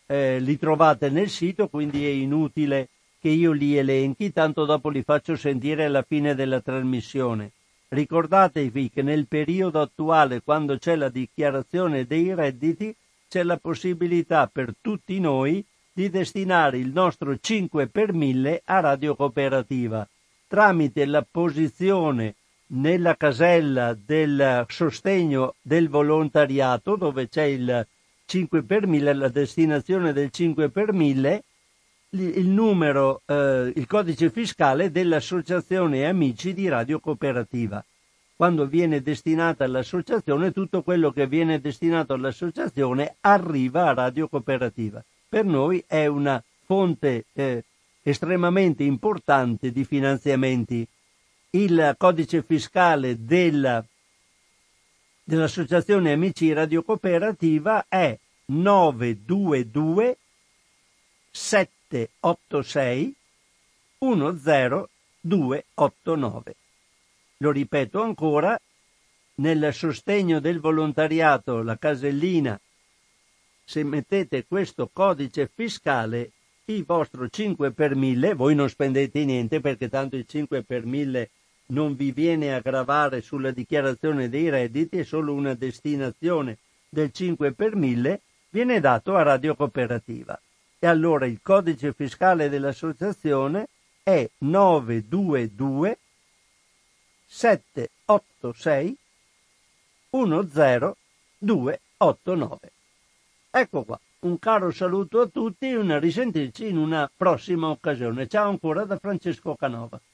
eh, li trovate nel sito, quindi è inutile che io li elenchi, tanto dopo li faccio sentire alla fine della trasmissione. Ricordatevi che nel periodo attuale, quando c'è la dichiarazione dei redditi, c'è la possibilità per tutti noi di destinare il nostro cinque per mille a Radio Cooperativa tramite la posizione nella casella del sostegno del volontariato, dove c'è il cinque per mille, la destinazione del cinque per mille, il numero, eh, il codice fiscale dell'Associazione Amici di Radio Cooperativa. Quando viene destinata all'associazione, tutto quello che viene destinato all'associazione arriva a Radio Cooperativa. Per noi è una fonte eh, estremamente importante di finanziamenti. Il codice fiscale della, dell'Associazione Amici Radio Cooperativa è nove due due sette otto sei uno zero due otto nove. Lo ripeto ancora, nel sostegno del volontariato, la casellina, se mettete questo codice fiscale, il vostro cinque per mille, voi non spendete niente perché tanto il cinque per mille non vi viene a gravare sulla dichiarazione dei redditi, è solo una destinazione del cinque per mille, viene dato a Radio Cooperativa. E allora il codice fiscale dell'associazione è nove due due sette otto sei uno zero due otto nove. Ecco qua, un caro saluto a tutti e una risentirci in una prossima occasione. Ciao ancora da Francesco Canova.